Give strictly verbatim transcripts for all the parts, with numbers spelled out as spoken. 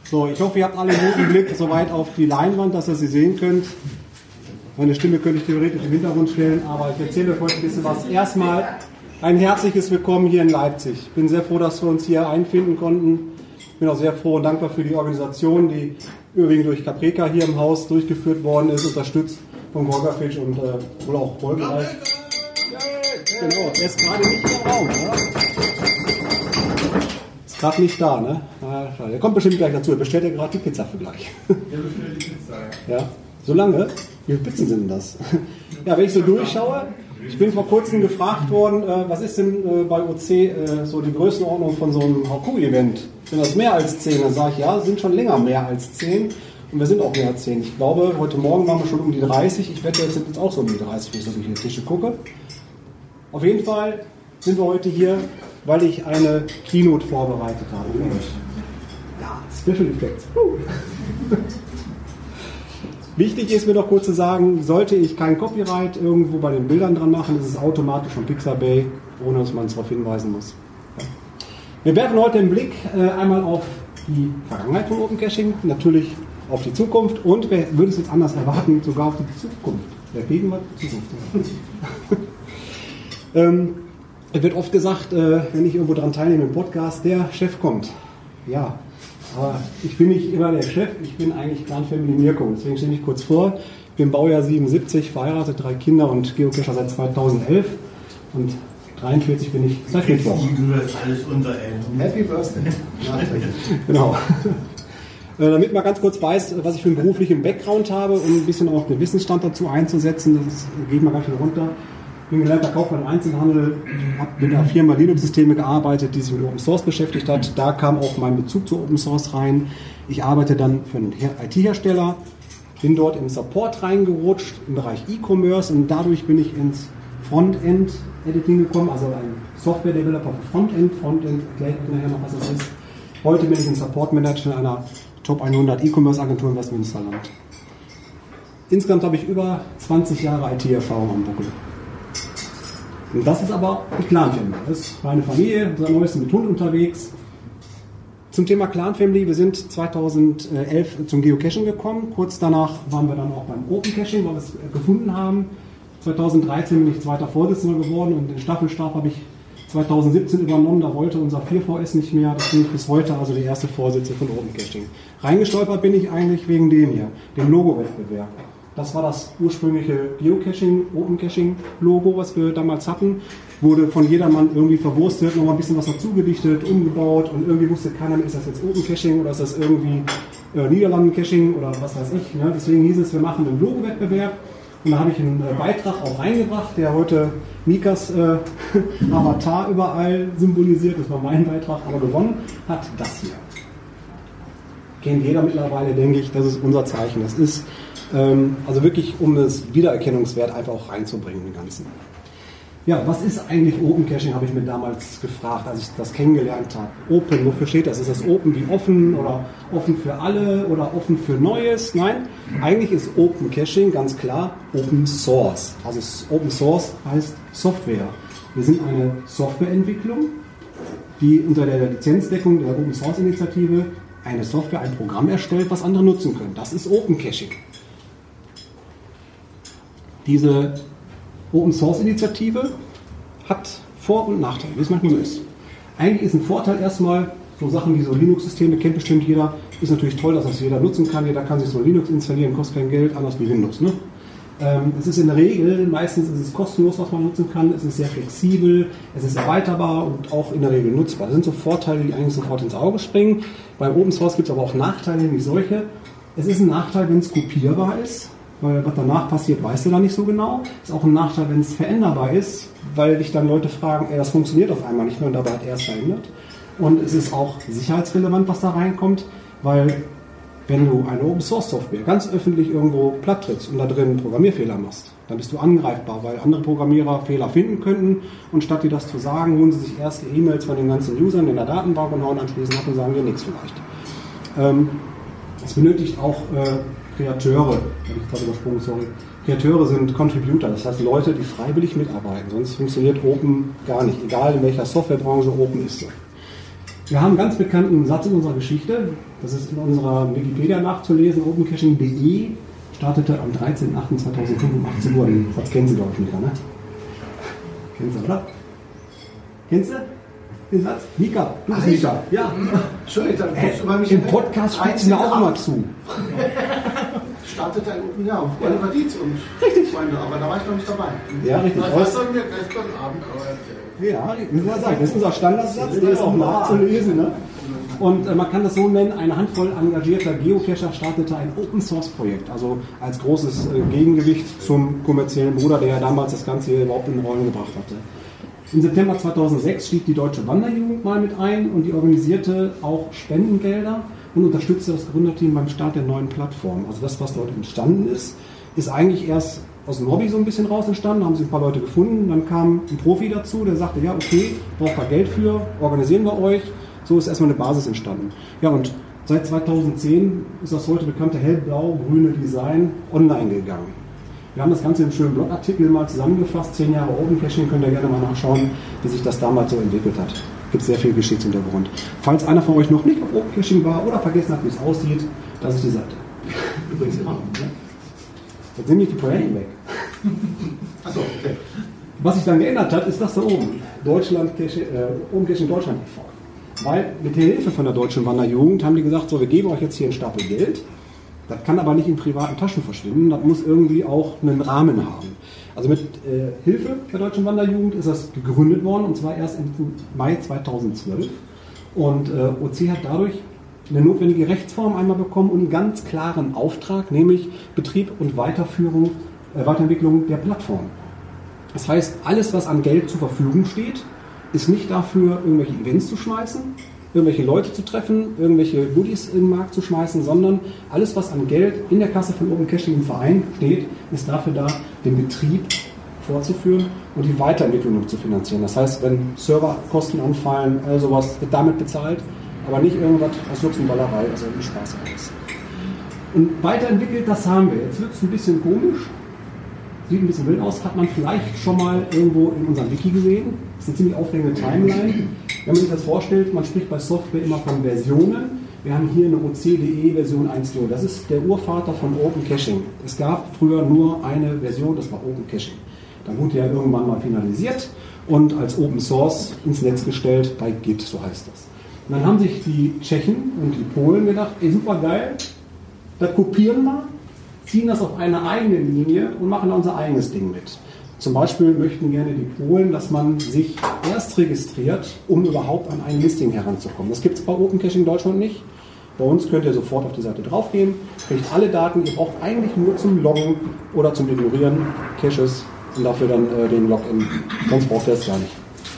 So, ich hoffe, ihr habt alle einen guten Blick soweit auf die Leinwand, dass ihr sie sehen könnt. Meine Stimme könnte ich theoretisch im Hintergrund stellen, aber ich erzähle euch heute ein bisschen was. Erstmal ein herzliches Willkommen hier in Leipzig. Ich bin sehr froh, dass wir uns hier einfinden konnten. Ich bin auch sehr froh und dankbar für die Organisation, die überwiegend durch Capreca hier im Haus durchgeführt worden ist, unterstützt von Gorgafic und äh, wohl auch Goldenreich. Genau, er ist gerade nicht im Raum, oder? Ist gerade nicht da, ne? Na, schade. Der kommt bestimmt gleich dazu. Er bestellt ja gerade die Pizza für gleich. Der bestellt die Pizza. Ja, so lange? Wie viele Pizzen sind denn das? Ja, wenn ich so durchschaue, ich bin vor kurzem gefragt worden, äh, was ist denn äh, bei O C äh, so die Größenordnung von so einem Hauku-Event? Sind das mehr als zehn? Dann sage ich, ja, sind schon länger mehr als zehn. Und wir sind auch mehr als zehn. Ich glaube, heute Morgen waren wir schon um die dreißig. Ich wette, jetzt sind jetzt auch so um die dreißig, wenn ich so durch die Tische gucke. Auf jeden Fall sind wir heute hier, weil ich eine Keynote vorbereitet habe für euch. Ja, Special Effects. Uh. Wichtig ist mir doch kurz zu sagen, sollte ich kein Copyright irgendwo bei den Bildern dran machen, ist es automatisch von Pixabay, ohne dass man es darauf hinweisen muss. Ja. Wir werfen heute den Blick äh, einmal auf die Vergangenheit von Open Caching, natürlich auf die Zukunft und wer würde es jetzt anders erwarten, sogar auf die Zukunft. Der Gegenwart, Zukunft. ähm, es wird oft gesagt, äh, wenn ich irgendwo dran teilnehme im Podcast, der Chef kommt. Ja, aber ich bin nicht immer der Chef, ich bin eigentlich Clan Family Mirko. Deswegen stelle ich kurz vor, ich bin Baujahr siebenundsiebzig, verheiratet, drei Kinder und Geocacher seit zweitausendelf und dreiundvierzig bin ich seit Mittwoch. Alles unter Happy Birthday. Genau. Damit man ganz kurz weiß, was ich für einen beruflichen Background habe, um ein bisschen auch den Wissensstand dazu einzusetzen, das geht mal ganz schön runter. Ich bin gelernter Kaufmann im Einzelhandel, habe mit einer Firma Linux-Systeme gearbeitet, die sich mit Open Source beschäftigt hat. Da kam auch mein Bezug zu Open Source rein. Ich arbeite dann für einen I T-Hersteller, bin dort im Support reingerutscht, im Bereich E-Commerce und dadurch bin ich ins Frontend-Editing gekommen, also ein Software-Developer für Frontend. Frontend erklärt euch nachher noch, was das ist. Heute bin ich ein Support-Manager in einer Top hundert E-Commerce-Agentur in Westmünsterland. Insgesamt habe ich über zwanzig Jahre I T-Erfahrung am Buckel. Und das ist aber die Clan Family. Das ist meine Familie, seit neuestem mit Hund unterwegs. Zum Thema Clan Family, wir sind zweitausendelf zum Geocaching gekommen. Kurz danach waren wir dann auch beim Open Caching, weil wir es gefunden haben. zweitausenddreizehn bin ich zweiter Vorsitzender geworden und den Staffelstab habe ich zweitausendsiebzehn übernommen. Da wollte unser vier V S nicht mehr. Das bin ich bis heute also der erste Vorsitzende von Open Caching. Reingestolpert bin ich eigentlich wegen dem hier, dem Logo-Wettbewerb. Das war das ursprüngliche Geocaching, Open Caching Logo, was wir damals hatten. Wurde von jedermann irgendwie verwurstet, nochmal ein bisschen was dazu gedichtet, umgebaut und irgendwie wusste keiner, ist das jetzt Open Caching oder ist das irgendwie äh, Niederlanden Caching oder was weiß ich. Ne? Deswegen hieß es, wir machen einen Logo-Wettbewerb und da habe ich einen äh, Beitrag auch reingebracht, der heute Mikas äh, Avatar überall symbolisiert. Das war mein Beitrag, aber gewonnen hat das hier. Kennt jeder mittlerweile, denke ich, das ist unser Zeichen. Das ist also wirklich, um das Wiedererkennungswert einfach auch reinzubringen, den Ganzen. Ja, was ist eigentlich Open Caching, habe ich mir damals gefragt, als ich das kennengelernt habe. Open, wofür steht das? Ist das Open wie offen oder offen für alle oder offen für Neues? Nein, eigentlich ist Open Caching ganz klar Open Source. Also Open Source heißt Software. Wir sind eine Softwareentwicklung, die unter der Lizenzdeckung der Open Source Initiative eine Software, ein Programm erstellt, was andere nutzen können. Das ist Open Caching. Diese Open Source Initiative hat Vor- und Nachteile, wie es manchmal ist. Eigentlich ist ein Vorteil erstmal, so Sachen wie so Linux-Systeme, kennt bestimmt jeder, ist natürlich toll, dass das jeder nutzen kann. Jeder kann sich so Linux installieren, kostet kein Geld, anders wie Windows. Ne? Ähm, es ist in der Regel, meistens ist es kostenlos, was man nutzen kann, es ist sehr flexibel, es ist erweiterbar und auch in der Regel nutzbar. Das sind so Vorteile, die eigentlich sofort ins Auge springen. Beim Open Source gibt es aber auch Nachteile, nämlich solche. Es ist ein Nachteil, wenn es kopierbar ist. Weil was danach passiert, weißt du da nicht so genau. Ist auch ein Nachteil, wenn es veränderbar ist, weil dich dann Leute fragen, ey, das funktioniert auf einmal nicht mehr und dabei hat er es verändert. Und es ist auch sicherheitsrelevant, was da reinkommt, weil wenn du eine Open Source Software ganz öffentlich irgendwo platt trittst und da drin Programmierfehler machst, dann bist du angreifbar, weil andere Programmierer Fehler finden könnten und statt dir das zu sagen, holen sie sich erst E-Mails von den ganzen Usern in der Datenbank und hauen anschließend ab und sagen dir nichts vielleicht. Ähm, es benötigt auch äh, Kreateure, habe ich gerade übersprungen, sorry. Kreateure sind Contributor, das heißt Leute, die freiwillig mitarbeiten, sonst funktioniert Open gar nicht, egal in welcher Softwarebranche Open ist. Wir haben einen ganz bekannten Satz in unserer Geschichte, das ist in unserer Wikipedia nachzulesen, opencaching punkt de, startete am dreizehnten achten zweitausendfünf um achtzehn Uhr. Den Satz kennen Sie, glaube ich, wieder, ne? Kennst du, oder? Kennst du den Satz? Mika, du bist Mika. Ja. Entschuldigung, dann kommst du bei mich im Podcast spielt sie mir auch immer zu. Startete ein ja, auf Oliver Dietz und richtig. Freunde, aber da war ich noch nicht dabei. Ja, richtig. Was sollen wir gestern Abend erzählen? Ja, ich muss mal sagen, das ist unser Standardsatz, der ist auch nachzulesen. Ne? Und äh, man kann das so nennen, eine Handvoll engagierter Geocacher startete ein Open-Source-Projekt, also als großes äh, Gegengewicht zum kommerziellen Bruder, der ja damals das Ganze hier überhaupt in den Rollen gebracht hatte. Im September zweitausendsechs stieg die Deutsche Wanderjugend mal mit ein und die organisierte auch Spendengelder und unterstützte das Gründerteam beim Start der neuen Plattform. Also das, was dort entstanden ist, ist eigentlich erst aus dem Hobby so ein bisschen raus entstanden, haben sich ein paar Leute gefunden, dann kam ein Profi dazu, der sagte, ja okay, braucht da Geld für, organisieren wir euch. So ist erstmal eine Basis entstanden. Ja, und seit zweitausendzehn ist das heute bekannte hellblau-grüne Design online gegangen. Wir haben das Ganze in einem schönen Blogartikel mal zusammengefasst, zehn Jahre Opencaching, könnt ihr gerne mal nachschauen, wie sich das damals so entwickelt hat. Es gibt sehr viel Geschichtshintergrund. Falls einer von euch noch nicht auf Opencaching war oder vergessen hat, wie es aussieht, das ist die Seite. Übrigens immer noch. Ne? Jetzt sind nämlich die Projekte weg. Achso, okay. Was sich dann geändert hat, ist das da oben. Deutschland, äh, Opencaching Deutschland e V. Weil mit der Hilfe von der Deutschen Wanderjugend haben die gesagt, so, wir geben euch jetzt hier einen Stapel Geld. Das kann aber nicht in privaten Taschen verschwinden, das muss irgendwie auch einen Rahmen haben. Also mit äh, Hilfe der Deutschen Wanderjugend ist das gegründet worden, und zwar erst im Mai zweitausendzwölf. Und äh, O C hat dadurch eine notwendige Rechtsform einmal bekommen und einen ganz klaren Auftrag, nämlich Betrieb und Weiterführung, äh, Weiterentwicklung der Plattform. Das heißt, alles, was an Geld zur Verfügung steht, ist nicht dafür, irgendwelche Events zu schmeißen, irgendwelche Leute zu treffen, irgendwelche Goodies in den Markt zu schmeißen, sondern alles, was an Geld in der Kasse von Opencaching im Verein steht, ist dafür da, den Betrieb fortzuführen und die Weiterentwicklung zu finanzieren. Das heißt, wenn Serverkosten anfallen, all sowas wird damit bezahlt, aber nicht irgendwas aus Jux und Ballerei, also ein Spaß alles. Und weiterentwickelt, das haben wir. Jetzt wird es ein bisschen komisch, sieht ein bisschen wild aus, hat man vielleicht schon mal irgendwo in unserem Wiki gesehen. Das ist eine ziemlich aufregende Timeline. Wenn man sich das vorstellt, man spricht bei Software immer von Versionen. Wir haben hier eine O C punkt de Version eins Punkt null. Das ist der Urvater von Opencaching. Es gab früher nur eine Version, das war Opencaching. Dann wurde ja irgendwann mal finalisiert und als Open Source ins Netz gestellt bei Git, so heißt das. Und dann haben sich die Tschechen und die Polen gedacht, ey, super geil, das kopieren wir, ziehen das auf eine eigene Linie und machen da unser eigenes Ding mit. Zum Beispiel möchten gerne die Polen, dass man sich erst registriert, um überhaupt an ein Listing heranzukommen. Das gibt es bei Opencaching Deutschland nicht. Bei uns könnt ihr sofort auf die Seite draufgehen, kriegt alle Daten, ihr braucht eigentlich nur zum Loggen oder zum Ignorieren Caches und dafür dann äh, den Login, sonst braucht ihr es gar nicht.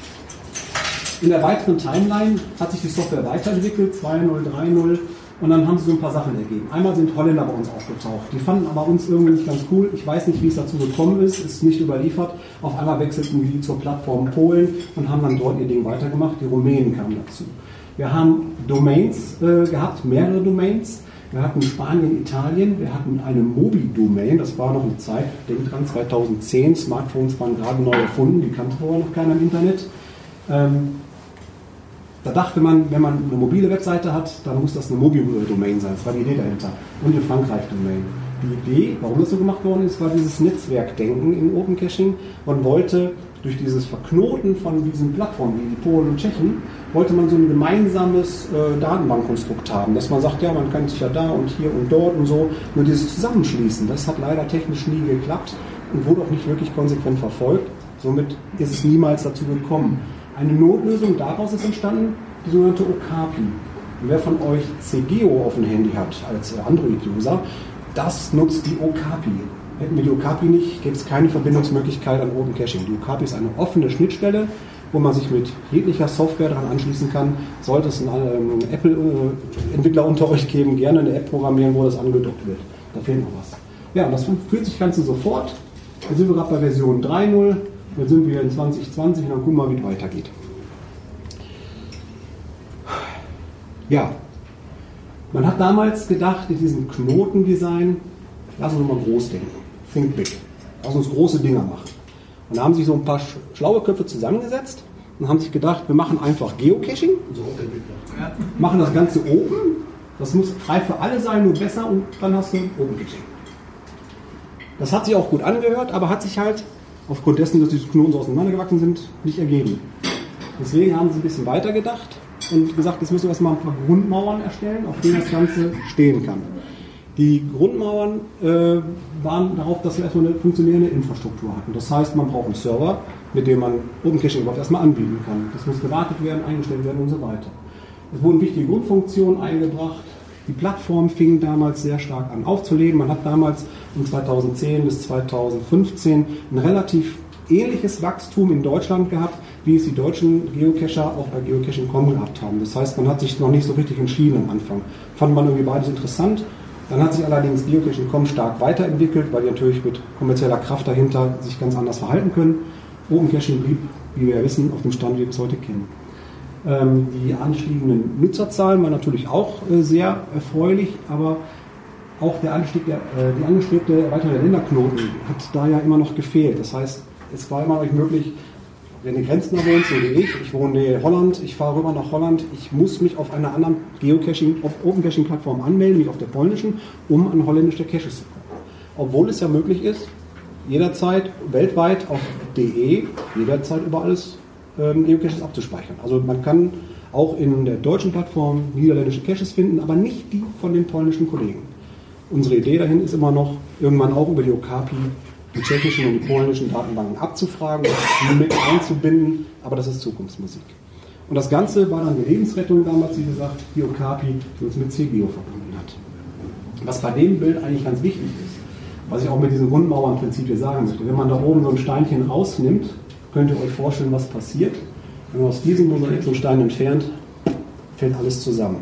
In der weiteren Timeline hat sich die Software weiterentwickelt, zwei Punkt null, drei Punkt null, und dann haben sie so ein paar Sachen ergeben. Einmal sind Holländer bei uns aufgetaucht. Die fanden aber uns irgendwie nicht ganz cool. Ich weiß nicht, wie es dazu gekommen ist, ist nicht überliefert. Auf einmal wechselten die zur Plattform Polen und haben dann dort ihr Ding weitergemacht. Die Rumänen kamen dazu. Wir haben Domains äh, gehabt, mehrere Domains. Wir hatten Spanien, Italien, wir hatten eine Mobi-Domain, das war noch eine Zeit, denkt dran, zweitausendzehn, Smartphones waren gerade neu erfunden, die kannte vorher noch keiner im Internet. Ähm, Da dachte man, wenn man eine mobile Webseite hat, dann muss das eine Mobil-Domain sein. Das war die Idee dahinter. Und eine Frankreich-Domain. Die Idee, warum das so gemacht worden ist, war dieses Netzwerkdenken in Opencaching. Man wollte durch dieses Verknoten von diesen Plattformen wie die Polen und Tschechen, wollte man so ein gemeinsames äh, Datenbankkonstrukt haben. Dass man sagt, ja, man kann sich ja da und hier und dort und so. Nur dieses Zusammenschließen, das hat leider technisch nie geklappt und wurde auch nicht wirklich konsequent verfolgt. Somit ist es niemals dazu gekommen. Eine Notlösung daraus ist entstanden, die sogenannte Okapi. Und wer von euch C Geo auf dem Handy hat, als Android-User, das nutzt die Okapi. Hätten wir die Okapi nicht, gäbe es keine Verbindungsmöglichkeit an Opencaching. Die Okapi ist eine offene Schnittstelle, wo man sich mit jeglicher Software daran anschließen kann. Sollte es einen ähm, Apple-Entwickler unter euch geben, gerne eine App programmieren, wo das angedockt wird. Da fehlt noch was. Ja, und das fühlt sich Ganze sofort. Jetzt sind wir gerade bei Version drei Punkt null. Jetzt sind wir in zwanzig zwanzig und dann gucken wir mal, wie es weitergeht. Ja, man hat damals gedacht, in diesem Knotendesign, lass uns mal groß denken, think big, lass uns große Dinger machen. Und da haben sich so ein paar schlaue Köpfe zusammengesetzt und haben sich gedacht, wir machen einfach Geocaching, machen das Ganze open, das muss frei für alle sein, nur besser, und dann hast du Open Caching. Das hat sich auch gut angehört, aber hat sich halt aufgrund dessen, dass diese Knoten so auseinandergewachsen sind, nicht ergeben. Deswegen haben sie ein bisschen weiter gedacht und gesagt, jetzt müssen wir erstmal ein paar Grundmauern erstellen, auf denen das Ganze stehen kann. Die Grundmauern äh, waren darauf, dass wir erstmal eine funktionierende Infrastruktur hatten. Das heißt, man braucht einen Server, mit dem man Open Caching überhaupt erstmal anbieten kann. Das muss gewartet werden, eingestellt werden und so weiter. Es wurden wichtige Grundfunktionen eingebracht. Die Plattform fing damals sehr stark an aufzuleben. Man hat damals von zweitausendzehn bis zweitausendfünfzehn ein relativ ähnliches Wachstum in Deutschland gehabt, wie es die deutschen Geocacher auch bei Geocaching Punkt com gehabt haben. Das heißt, man hat sich noch nicht so richtig entschieden am Anfang. Fand man irgendwie beides interessant. Dann hat sich allerdings Geocaching Punkt com stark weiterentwickelt, weil die natürlich mit kommerzieller Kraft dahinter sich ganz anders verhalten können. Open Caching blieb, wie wir ja wissen, auf dem Stand, wie wir es heute kennen. Ähm, die anstiegenden Nutzerzahlen waren natürlich auch äh, sehr erfreulich, aber auch der Anstieg der, äh, die angestrebte Erweiterung der Länderknoten hat da ja immer noch gefehlt. Das heißt, es war immer noch nicht möglich, wenn du Grenzner wohnst, so wie ich, ich wohne in Holland, ich fahre rüber nach Holland, ich muss mich auf einer anderen Geocaching, Open Caching Plattform anmelden, nämlich auf der polnischen, um an holländische Caches zu kommen. Obwohl es ja möglich ist, jederzeit weltweit auf D E, jederzeit über alles ähm, Geocaches abzuspeichern. Also man kann auch in der deutschen Plattform niederländische Caches finden, aber nicht die von den polnischen Kollegen. Unsere Idee dahin ist immer noch, irgendwann auch über die Okapi die tschechischen und die polnischen Datenbanken abzufragen, die mit einzubinden, aber das ist Zukunftsmusik. Und das Ganze war dann die Lebensrettung damals, wie gesagt, die Okapi, die uns mit C Geo verbunden hat. Was bei dem Bild eigentlich ganz wichtig ist, was ich auch mit diesem Grundmauernprinzip hier sagen möchte, wenn man da oben so ein Steinchen rausnimmt, könnt ihr euch vorstellen, was passiert. Wenn man aus diesem Mosaik so einen Stein entfernt, fällt alles zusammen.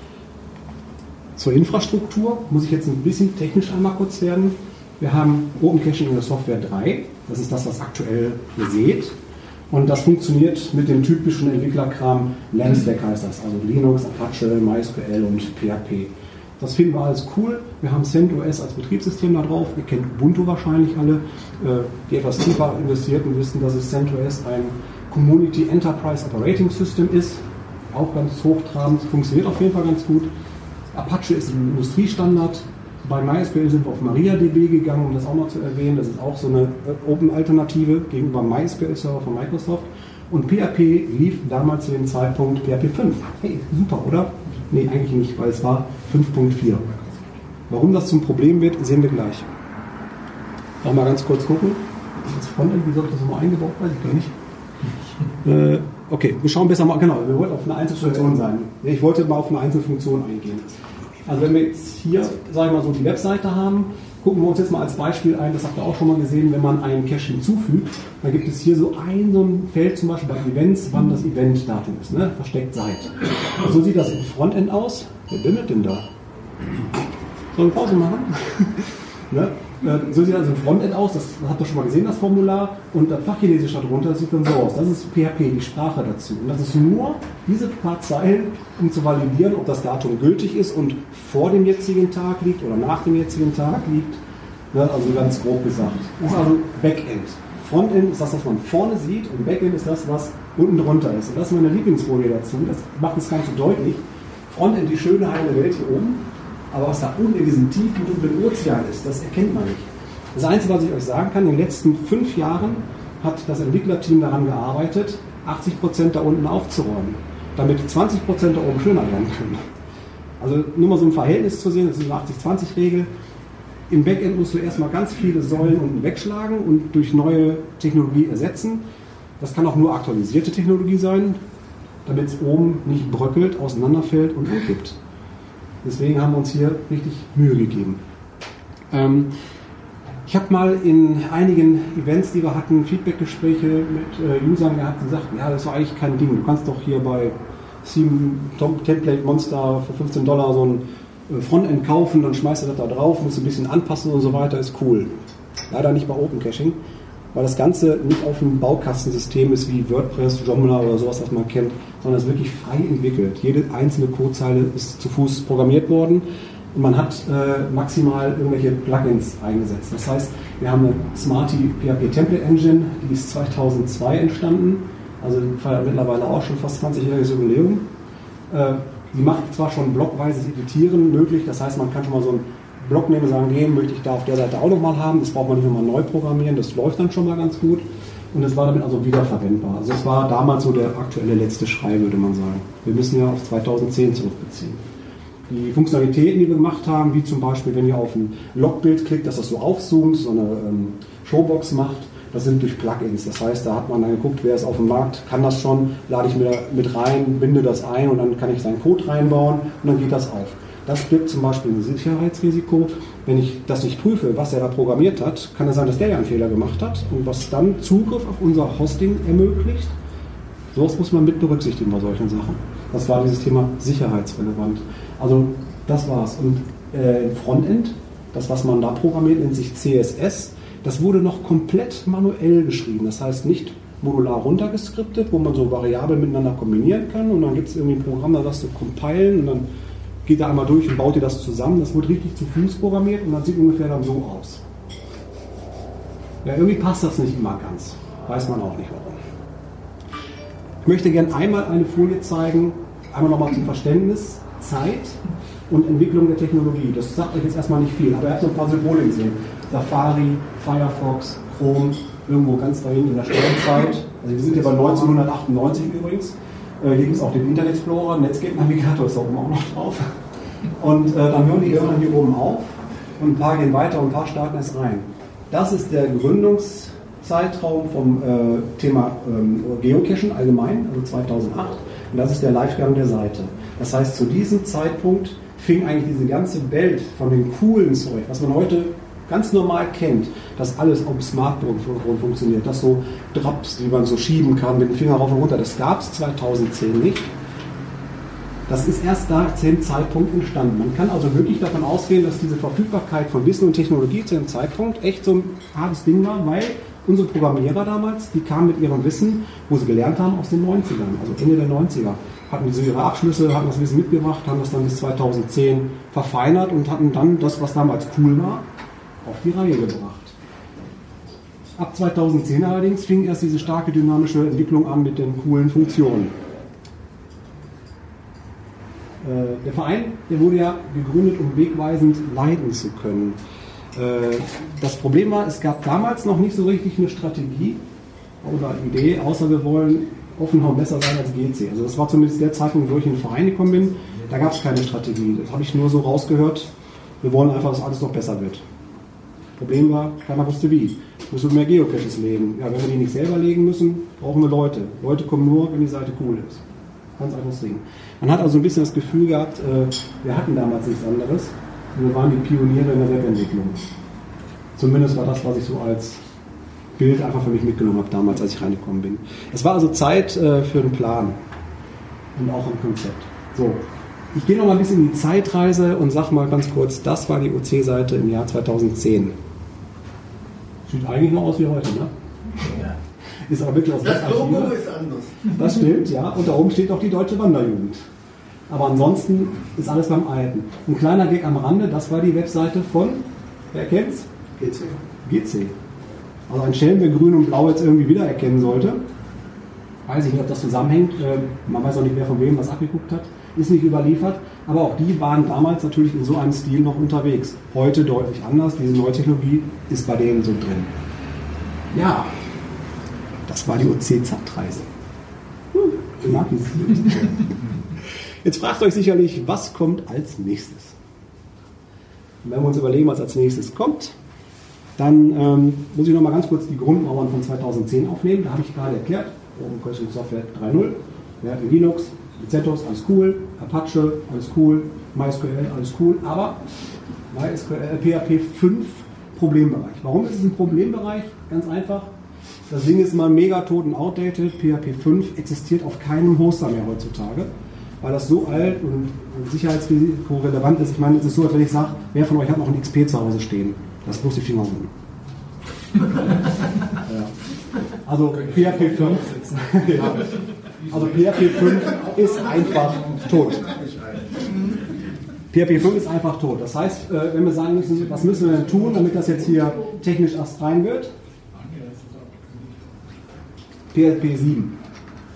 Zur Infrastruktur muss ich jetzt ein bisschen technisch einmal kurz werden. Wir haben Open Caching in der Software drei, das ist das, was aktuell ihr seht. Und das funktioniert mit dem typischen Entwicklerkram, Lamstack heißt das, also Linux, Apache, MySQL und P H P. Das finden wir alles cool. Wir haben CentOS als Betriebssystem da drauf. Ihr kennt Ubuntu wahrscheinlich alle. Die etwas tiefer Investierten wissen, dass es CentOS ein Community Enterprise Operating System ist. Auch ganz hochtrabend, funktioniert auf jeden Fall ganz gut. Apache ist ein Industriestandard. Bei MySQL sind wir auf MariaDB gegangen, um das auch noch zu erwähnen. Das ist auch so eine Open-Alternative gegenüber MySQL-Server von Microsoft. Und P H P lief damals zu dem Zeitpunkt P H P fünf. Hey, super, oder? Nee, eigentlich nicht, weil es war fünf Punkt vier. Warum das zum Problem wird, sehen wir gleich. Noch mal ganz kurz gucken. Das Frontend, wie soll das nochmal eingebaut? Weiß ich gar nicht. Äh, okay, wir schauen besser mal. Genau, wir wollten auf eine Einzelfunktion sein. Ich wollte mal auf eine Einzelfunktion eingehen. Also wenn wir jetzt hier, sage ich mal so, die Webseite haben, gucken wir uns jetzt mal als Beispiel ein, das habt ihr auch schon mal gesehen, wenn man einen Cache hinzufügt, dann gibt es hier so ein, so ein Feld, zum Beispiel bei Events, wann das Event-Datum ist, ne? Versteckt seit. So sieht das im Frontend aus. Wer bimmelt denn da? Soll ich Pause machen? Ne? So sieht das im Frontend aus, das habt ihr schon mal gesehen, das Formular, und das Fachchinesisch darunter, das sieht dann so aus. Das ist P H P, die Sprache dazu. Und das ist nur diese paar Zeilen, um zu validieren, ob das Datum gültig ist und vor dem jetzigen Tag liegt oder nach dem jetzigen Tag liegt. Ne? Also ganz grob gesagt. Das ist also Backend. Frontend ist das, was man vorne sieht, und Backend ist das, was unten drunter ist. Und das ist meine Lieblingsfolie dazu, das macht das Ganze deutlich. Frontend, die schöne heile Welt hier oben. Aber was da unten in diesem tiefen, dunklen Ozean ist, das erkennt man nicht. Das Einzige, was ich euch sagen kann, in den letzten fünf Jahren hat das Entwicklerteam daran gearbeitet, achtzig Prozent da unten aufzuräumen, damit zwanzig Prozent da oben schöner werden können. Also nur mal so ein Verhältnis zu sehen, das ist eine achtzig zwanzig Regel. Im Backend musst du erstmal ganz viele Säulen unten wegschlagen und durch neue Technologie ersetzen. Das kann auch nur aktualisierte Technologie sein, damit es oben nicht bröckelt, auseinanderfällt und umkippt. Deswegen haben wir uns hier richtig Mühe gegeben. Ähm, ich habe mal in einigen Events, die wir hatten, Feedbackgespräche mit äh, Usern gehabt, die sagten, ja, das war eigentlich kein Ding. Du kannst doch hier bei Theme Template Monster für fünfzehn Dollar so ein äh, Frontend kaufen, dann schmeißt du das da drauf, musst ein bisschen anpassen und so weiter, ist cool. Leider nicht bei Open Caching, weil das Ganze nicht auf einem Baukastensystem ist wie WordPress, Joomla oder sowas, was man kennt, sondern es ist wirklich frei entwickelt. Jede einzelne Codezeile ist zu Fuß programmiert worden und man hat äh, maximal irgendwelche Plugins eingesetzt. Das heißt, wir haben eine Smarty P H P Template Engine, die ist zweitausendzwei entstanden. Also die feiert mittlerweile auch schon fast zwanzigjähriges Jubiläum. Äh, sie macht zwar schon blockweises Editieren möglich, das heißt, man kann schon mal so einen Block nehmen und sagen, den möchte ich da auf der Seite auch nochmal haben, das braucht man nicht nochmal neu programmieren, das läuft dann schon mal ganz gut. Und es war damit also wiederverwendbar. Also es war damals so der aktuelle letzte Schrei, würde man sagen. Wir müssen ja auf zweitausendzehn zurückbeziehen. Die Funktionalitäten, die wir gemacht haben, wie zum Beispiel, wenn ihr auf ein Logbild klickt, dass das so aufzoomt, so eine ähm, Showbox macht, das sind durch Plugins. Das heißt, da hat man dann geguckt, wer ist auf dem Markt, kann das schon, lade ich mir mit rein, binde das ein und dann kann ich seinen Code reinbauen und dann geht das auf. Das birgt zum Beispiel ein Sicherheitsrisiko. Wenn ich das nicht prüfe, was er da programmiert hat, kann es sein, dass der ja einen Fehler gemacht hat und was dann Zugriff auf unser Hosting ermöglicht. Sowas muss man mit berücksichtigen bei solchen Sachen. Das war dieses Thema sicherheitsrelevant. Also das war's. Und äh, im Frontend, das was man da programmiert, nennt sich C S S. Das wurde noch komplett manuell geschrieben. Das heißt nicht modular runtergeskriptet, wo man so Variablen miteinander kombinieren kann und dann gibt es irgendwie ein Programm, da sagst du compilen und dann geht er einmal durch und baut dir das zusammen. Das wird richtig zu Fuß programmiert und das sieht ungefähr dann so aus. Ja, irgendwie passt das nicht immer ganz. Weiß man auch nicht warum. Ich möchte gerne einmal eine Folie zeigen, einmal nochmal zum Verständnis, Zeit und Entwicklung der Technologie. Das sagt euch jetzt erstmal nicht viel, aber ihr habt so ein paar Symbole gesehen. Safari, Firefox, Chrome, irgendwo ganz da hinten in der Sternzeit. Also wir sind hier bei neunzehnhundertachtundneunzig übrigens. Hier gibt es auch den Internet Explorer, Netscape Navigator ist da oben auch noch drauf. Und äh, dann hören die irgendwann hier oben auf und ein paar gehen weiter und ein paar starten erst rein. Das ist der Gründungszeitraum vom äh, Thema ähm, Geocachen allgemein, also zweitausendacht. Und das ist der Livegang der Seite. Das heißt, zu diesem Zeitpunkt fing eigentlich diese ganze Welt von dem coolen Zeug, was man heute ganz normal kennt, dass alles auf dem Smartphone funktioniert, dass so Drops, die man so schieben kann mit dem Finger rauf und runter, das gab es zweitausendzehn nicht. Das ist erst da zu dem Zeitpunkt entstanden. Man kann also wirklich davon ausgehen, dass diese Verfügbarkeit von Wissen und Technologie zu dem Zeitpunkt echt so ein hartes Ding war, weil unsere Programmierer damals, die kamen mit ihrem Wissen, wo sie gelernt haben, aus den neunzigern, also Ende der neunziger. Hatten die so ihre Abschlüsse, hatten das Wissen mitgebracht, haben das dann bis zweitausendzehn verfeinert und hatten dann das, was damals cool war, auf die Reihe gebracht. Ab zweitausendzehn allerdings fing erst diese starke dynamische Entwicklung an mit den coolen Funktionen. Äh, der Verein, der wurde ja gegründet, um wegweisend leiten zu können. Äh, das Problem war, es gab damals noch nicht so richtig eine Strategie oder Idee, außer wir wollen offen und besser sein als G C. Also das war zumindest der Zeitpunkt, wo ich in den Verein gekommen bin, da gab es keine Strategie. Das habe ich nur so rausgehört, wir wollen einfach, dass alles noch besser wird. Problem war, keiner wusste wie. Müssen wir mehr Geocaches legen. Ja, wenn wir die nicht selber legen müssen, brauchen wir Leute. Leute kommen nur, wenn die Seite cool ist. Ganz einfaches Ding. Man hat also ein bisschen das Gefühl gehabt, äh, wir hatten damals nichts anderes. Und wir waren die Pioniere in der Webentwicklung. Zumindest war das, was ich so als Bild einfach für mich mitgenommen habe damals, als ich reingekommen bin. Es war also Zeit äh, für einen Plan. Und auch ein Konzept. So. Ich gehe noch mal ein bisschen in die Zeitreise und sage mal ganz kurz, das war die O C-Seite im Jahr zweitausendzehn. Sieht eigentlich noch aus wie heute, ne? Ja. Ist aber wirklich aus das Logo ist anders. Das stimmt, ja. Und da oben steht auch die Deutsche Wanderjugend. Aber ansonsten ist alles beim Alten. Ein kleiner Gag am Rande, das war die Webseite von, wer kennt's? G C. G C. Also ein Schelm, wer grün und blau jetzt irgendwie wiedererkennen sollte. Weiß ich nicht, ob das zusammenhängt. Man weiß auch nicht, wer von wem was abgeguckt hat. Ist nicht überliefert, aber auch die waren damals natürlich in so einem Stil noch unterwegs. Heute deutlich anders, diese neue Technologie ist bei denen so drin. Ja, das war die O C-Zeitreise. Ich mag dieses Bild. Jetzt fragt euch sicherlich, was kommt als nächstes? Und wenn wir uns überlegen, was als nächstes kommt, dann ähm, muss ich noch mal ganz kurz die Grundmauern von zweitausendzehn aufnehmen. Da habe ich gerade erklärt, Open Caching Software drei Punkt null, wir hatten Linux, CentOS, alles cool, Apache, alles cool, MySQL, alles cool, aber MySQL, P H P fünf, Problembereich. Warum ist es ein Problembereich? Ganz einfach. Das Ding ist mal mega tot und outdated. P H P fünf existiert auf keinem Hoster mehr heutzutage, weil das so alt und Sicherheitsrisiko relevant ist. Ich meine, es ist so, als wenn ich sage, wer von euch hat noch ein X P zu Hause stehen? Das bloß die Finger unten. Ja. Also P H P fünf. Ja. Also P H P fünf ist einfach tot. P H P fünf ist einfach tot. Das heißt, wenn wir sagen müssen, was müssen wir denn tun, damit das jetzt hier technisch astrein wird? P H P sieben.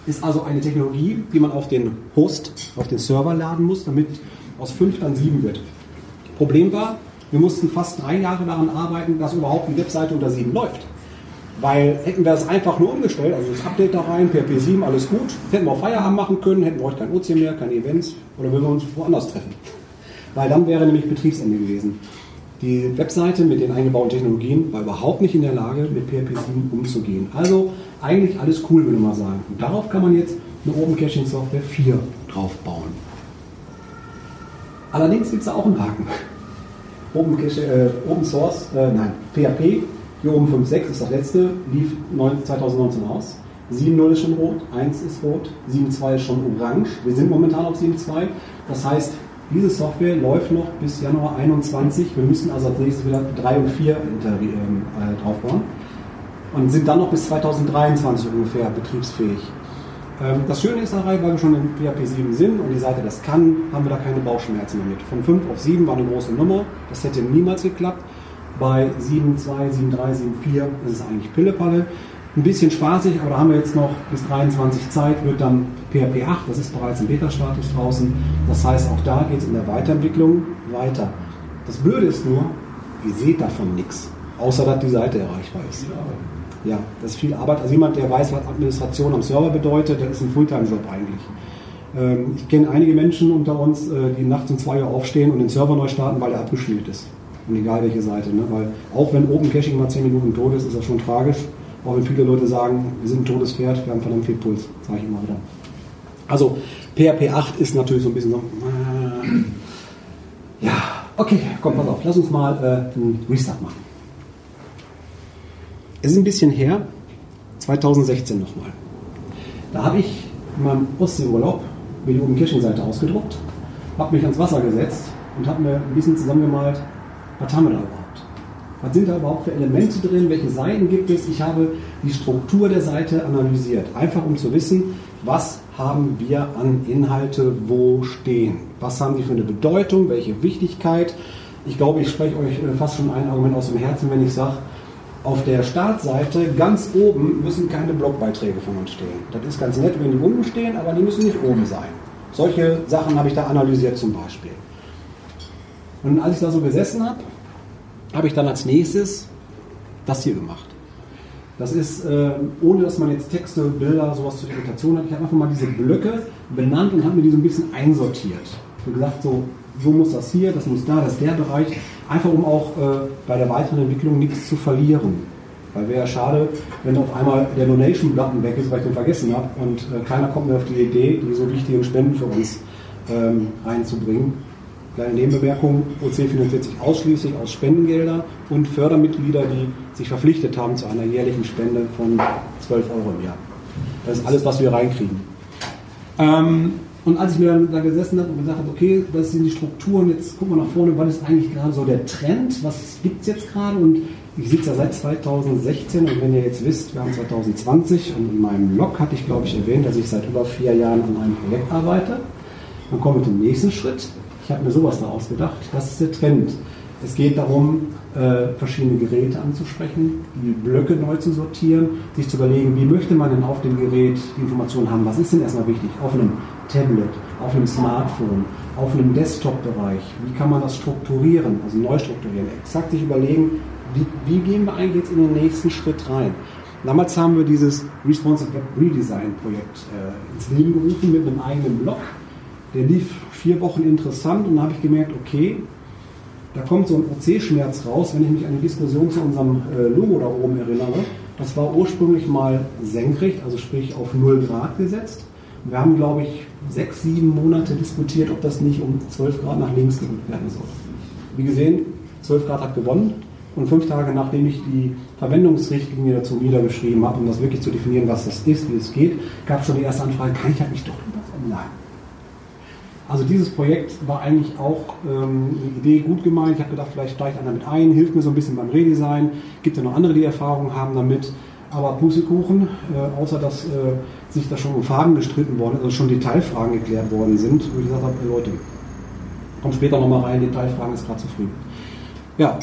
ist also eine Technologie, die man auf den Host, auf den Server laden muss, damit aus fünf dann sieben wird. Problem war, wir mussten fast drei Jahre daran arbeiten, dass überhaupt die Webseite unter sieben läuft. Weil hätten wir es einfach nur umgestellt, also das Update da rein, P H P sieben, alles gut, hätten wir auch Feierabend machen können, hätten wir heute kein O C mehr, keine Events oder würden wir uns woanders treffen. Weil dann wäre nämlich Betriebsende gewesen. Die Webseite mit den eingebauten Technologien war überhaupt nicht in der Lage, mit P H P sieben umzugehen. Also eigentlich alles cool, würde man sagen. Und darauf kann man jetzt eine Open Caching Software vier draufbauen. Allerdings gibt es da auch einen Haken. Open, Cache, äh, Open Source, äh, nein, P H P, hier oben fünf Punkt sechs ist das letzte, lief zwanzig neunzehn aus. sieben Punkt null ist schon rot, eins ist rot, sieben Punkt zwei ist schon orange. Wir sind momentan auf sieben Punkt zwei. Das heißt, diese Software läuft noch bis Januar einundzwanzig. Wir müssen also als nächstes wieder drei und vier äh, draufbauen und sind dann noch bis zweitausenddreiundzwanzig ungefähr betriebsfähig. Ähm, das Schöne ist dabei, weil wir schon in P H P sieben sind und die Seite das kann, haben wir da keine Bauchschmerzen mehr mit. Von fünf auf sieben war eine große Nummer, das hätte niemals geklappt. Bei sieben Punkt zwei, sieben Punkt drei, sieben Punkt vier ist es eigentlich Pillepalle. Ein bisschen spaßig, aber da haben wir jetzt noch bis dreiundzwanzig Zeit, wird dann P H P acht, das ist bereits im Beta-Status draußen. Das heißt, auch da geht es in der Weiterentwicklung weiter. Das Blöde ist nur, ihr seht davon nichts, außer dass die Seite erreichbar ist. Ja, das ist viel Arbeit. Also jemand, der weiß, was Administration am Server bedeutet, das ist ein Fulltime-Job eigentlich. Ich kenne einige Menschen unter uns, die nachts um zwei Uhr aufstehen und den Server neu starten, weil er abgeschmiert ist. Und egal welche Seite. Ne? Weil auch wenn Open Caching mal zehn Minuten tot ist, ist das schon tragisch. Auch wenn viele Leute sagen, wir sind ein totes Pferd, wir haben verdammt viel Puls. Sage ich immer wieder. Also P H P acht ist natürlich so ein bisschen so... Äh, ja, okay, komm, pass auf. Lass uns mal äh, einen Restart machen. Es ist ein bisschen her, zweitausendsechzehn nochmal. Da habe ich in meinem Ostseeurlaub mir die Open Caching Seite ausgedruckt, habe mich ans Wasser gesetzt und habe mir ein bisschen zusammengemalt, was haben wir da überhaupt? Was sind da überhaupt für Elemente drin? Welche Seiten gibt es? Ich habe die Struktur der Seite analysiert, einfach um zu wissen, was haben wir an Inhalte wo stehen? Was haben die für eine Bedeutung? Welche Wichtigkeit? Ich glaube, ich spreche euch fast schon ein Argument aus dem Herzen, wenn ich sage, auf der Startseite ganz oben müssen keine Blogbeiträge von uns stehen. Das ist ganz nett, wenn die unten stehen, aber die müssen nicht oben sein. Solche Sachen habe ich da analysiert zum Beispiel. Und als ich da so gesessen habe, habe ich dann als nächstes das hier gemacht. Das ist, äh, ohne dass man jetzt Texte, Bilder, sowas zur Irritation hat, ich habe einfach mal diese Blöcke benannt und habe mir die so ein bisschen einsortiert. Ich habe gesagt, so, so muss das hier, das muss da, das ist der Bereich. Einfach um auch äh, bei der weiteren Entwicklung nichts zu verlieren. Weil wäre ja schade, wenn auf einmal der Donation-Button weg ist, weil ich den vergessen habe und äh, keiner kommt mehr auf die Idee, die so wichtigen Spenden für uns ähm, reinzubringen. Kleine Nebenbemerkung, O C finanziert sich ausschließlich aus Spendengeldern und Fördermitglieder, die sich verpflichtet haben zu einer jährlichen Spende von zwölf Euro im Jahr. Das ist alles, was wir reinkriegen. Ähm, und als ich mir dann da gesessen habe und gesagt habe, okay, das sind die Strukturen, jetzt gucken wir nach vorne, was ist eigentlich gerade so der Trend, was gibt es jetzt gerade? Und ich sitze ja seit zweitausendsechzehn und wenn ihr jetzt wisst, wir haben zwanzig zwanzig und in meinem Blog hatte ich, glaube ich, erwähnt, dass ich seit über vier Jahren an einem Projekt arbeite. Dann kommen wir zum nächsten Schritt. Ich habe mir sowas da ausgedacht. Das ist der Trend. Es geht darum, äh, verschiedene Geräte anzusprechen, die Blöcke neu zu sortieren, sich zu überlegen, wie möchte man denn auf dem Gerät die Informationen haben. Was ist denn erstmal wichtig? Auf einem Tablet, auf einem Smartphone, auf einem Desktop-Bereich. Wie kann man das strukturieren, also neu strukturieren? Exakt sich überlegen, wie, wie gehen wir eigentlich jetzt in den nächsten Schritt rein? Damals haben wir dieses Responsive Web Redesign-Projekt äh, ins Leben gerufen mit einem eigenen Blog. Der lief vier Wochen interessant und dann habe ich gemerkt, okay, da kommt so ein O C-Schmerz raus, wenn ich mich an die Diskussion zu unserem äh, Logo da oben erinnere. Das war ursprünglich mal senkrecht, also sprich auf null Grad gesetzt. Und wir haben, glaube ich, sechs, sieben Monate diskutiert, ob das nicht um zwölf Grad nach links gerückt werden soll. Wie gesehen, zwölf Grad hat gewonnen und fünf Tage nachdem ich die Verwendungsrichtlinie dazu niedergeschrieben habe, um das wirklich zu definieren, was das ist, wie es geht, gab es schon die erste Anfrage, kann ich halt nicht doch übersetzen? Nein. Also dieses Projekt war eigentlich auch ähm, eine Idee gut gemeint. Ich habe gedacht, vielleicht steigt einer mit ein, hilft mir so ein bisschen beim Redesign. Gibt ja noch andere, die Erfahrung haben damit. Aber Pustekuchen, äh, außer dass äh, sich da schon um Farben gestritten worden ist, also schon Detailfragen geklärt worden sind, wo ich gesagt habe, hey Leute, kommt später nochmal rein, Detailfragen ist gerade zu früh. Ja,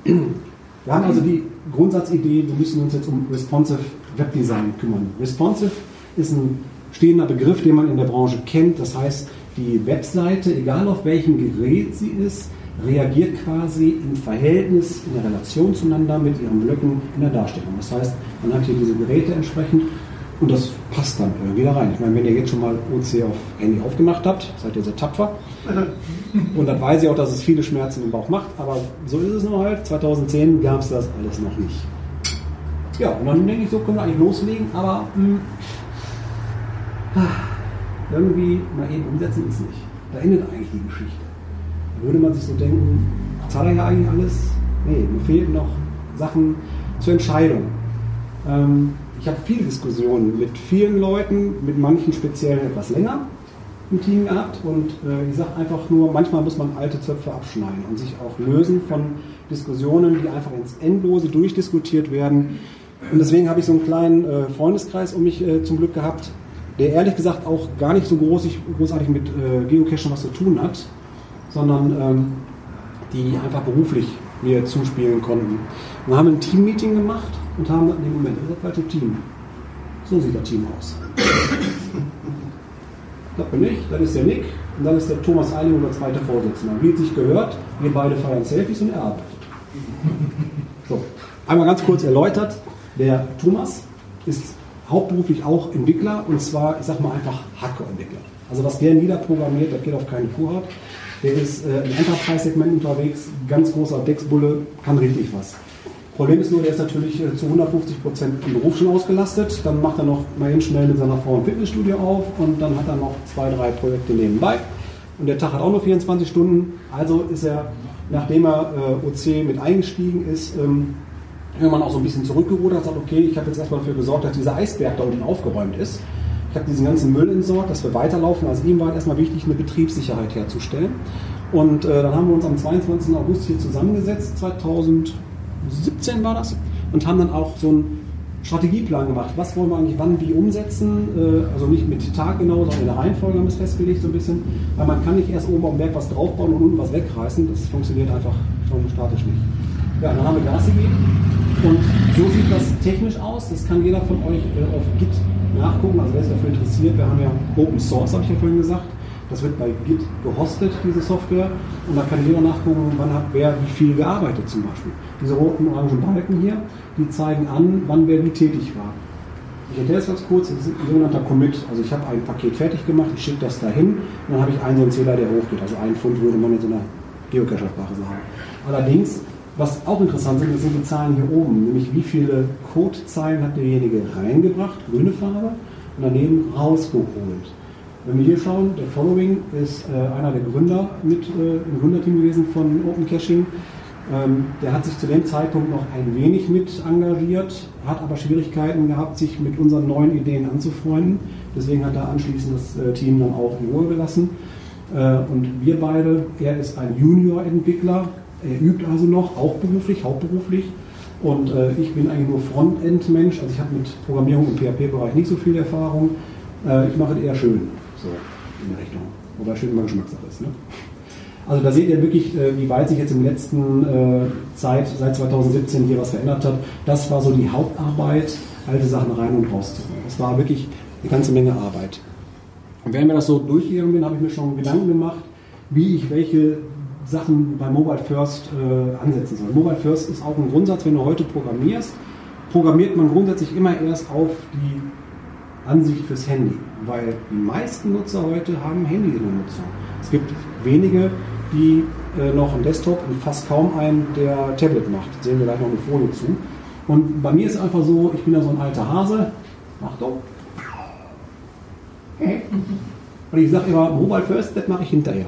wir haben also die Grundsatzidee, wir müssen uns jetzt um Responsive Webdesign kümmern. Responsive ist ein stehender Begriff, den man in der Branche kennt. Das heißt, die Webseite, egal auf welchem Gerät sie ist, reagiert quasi im Verhältnis, in der Relation zueinander mit ihren Blöcken in der Darstellung. Das heißt, man hat hier diese Geräte entsprechend und das passt dann irgendwie da rein. Ich meine, wenn ihr jetzt schon mal O C auf Handy aufgemacht habt, seid ihr sehr tapfer. Und dann weiß ich auch, dass es viele Schmerzen im Bauch macht, aber so ist es nur halt. zweitausendzehn gab es das alles noch nicht. Ja, und dann denke ich, so können wir eigentlich loslegen, aber mh, irgendwie mal eben umsetzen ist nicht. Da endet eigentlich die Geschichte. Da würde man sich so denken, zahlt er ja eigentlich alles? Nee, mir fehlen noch Sachen zur Entscheidung. Ähm, ich habe viele Diskussionen mit vielen Leuten, mit manchen speziell etwas länger im Team gehabt und äh, ich sage einfach nur, manchmal muss man alte Zöpfe abschneiden und sich auch lösen von Diskussionen, die einfach ins Endlose durchdiskutiert werden. Und deswegen habe ich so einen kleinen äh, Freundeskreis um mich äh, zum Glück gehabt, der ehrlich gesagt auch gar nicht so großig, großartig mit äh, Geocaching was zu tun hat, sondern ähm, die einfach beruflich mir zuspielen konnten. Wir haben ein Team-Meeting gemacht und haben, nee, Moment, das ist das falsche Team. So sieht das Team aus. Das bin ich, das ist der Nick und dann ist der Thomas Eiling, unser zweiter Vorsitzender. Wie es sich gehört, wir beide feiern Selfies und er arbeitet. So, einmal ganz kurz erläutert, der Thomas ist hauptberuflich auch Entwickler und zwar, ich sag mal einfach Hardcore-Entwickler. Also was der niederprogrammiert, das geht auf keine Kuhhaut. Der ist äh, im Enterprise-Segment unterwegs, ganz großer Decksbulle, kann richtig was. Problem ist nur, der ist natürlich äh, zu hundertfünfzig Prozent im Beruf schon ausgelastet. Dann macht er noch mal eben schnell mit seiner Frau ein Fitnessstudio auf und dann hat er noch zwei, drei Projekte nebenbei. Und der Tag hat auch nur vierundzwanzig Stunden. Also ist er, nachdem er äh, O C mit eingestiegen ist, ähm, irgendwann auch so ein bisschen zurückgerudert und sagt, okay, ich habe jetzt erstmal dafür gesorgt, dass dieser Eisberg da unten aufgeräumt ist. Ich habe diesen ganzen Müll entsorgt, dass wir weiterlaufen. Also ihm war halt erstmal wichtig, eine Betriebssicherheit herzustellen. Und äh, dann haben wir uns am zweiundzwanzigsten August hier zusammengesetzt, zweitausendsiebzehn war das, und haben dann auch so einen Strategieplan gemacht. Was wollen wir eigentlich wann wie umsetzen? Äh, also nicht mit Tag genau, sondern in der Reihenfolge haben wir es festgelegt so ein bisschen. Weil man kann nicht erst oben am Berg was draufbauen und unten was wegreißen. Das funktioniert einfach schon statisch nicht. Ja, dann haben wir Gas gegeben. Und so sieht das technisch aus. Das kann jeder von euch äh, auf Git nachgucken. Also wer sich dafür interessiert, wir haben ja Open Source, habe ich ja vorhin gesagt. Das wird bei Git gehostet, diese Software. Und da kann jeder nachgucken, wann hat wer wie viel gearbeitet zum Beispiel. Diese roten, orangen Balken hier, die zeigen an, wann wer wie tätig war. Ich erkläre es ganz kurz, das ist ein sogenannter Commit. Also ich habe ein Paket fertig gemacht, ich schicke das dahin und dann habe ich einen so einen Zähler, der hochgeht. Also ein Pfund würde man in so einer Geocacher-Sprache sagen. Allerdings, was auch interessant sind, das sind die Zahlen hier oben, nämlich wie viele Codezeilen hat derjenige reingebracht, grüne Farbe, und daneben rausgeholt. Wenn wir hier schauen, der Following ist äh, einer der Gründer mit äh, im Gründerteam gewesen von Open Caching. Ähm, der hat sich zu dem Zeitpunkt noch ein wenig mit engagiert, hat aber Schwierigkeiten gehabt, sich mit unseren neuen Ideen anzufreunden. Deswegen hat er anschließend das äh, Team dann auch in Ruhe gelassen. Äh, und wir beide, er ist ein Junior-Entwickler, er übt also noch, auch beruflich, hauptberuflich. Und äh, ich bin eigentlich nur Frontend-Mensch, also ich habe mit Programmierung im P H P-Bereich nicht so viel Erfahrung. Äh, ich mache es eher schön, so in der Richtung. Wobei schön immer Geschmackssache ist. Ne? Also da seht ihr wirklich, äh, wie weit sich jetzt in der letzten äh, Zeit, seit zweitausendsiebzehn hier was verändert hat. Das war so die Hauptarbeit, alte Sachen rein und raus zu holen. Das war wirklich eine ganze Menge Arbeit. Und während mir das so durchgegangen bin, habe ich mir schon Gedanken gemacht, wie ich welche Sachen bei Mobile First äh, ansetzen soll. Mobile First ist auch ein Grundsatz, wenn du heute programmierst, programmiert man grundsätzlich immer erst auf die Ansicht fürs Handy, weil die meisten Nutzer heute haben Handy in der Nutzung. Es gibt wenige, die äh, noch einen Desktop und fast kaum einen, der Tablet macht. Da sehen wir gleich noch eine Folie zu. Und bei mir ist es einfach so, ich bin ja so ein alter Hase. Achtung. Und ich sage immer, Mobile First, das mache ich hinterher.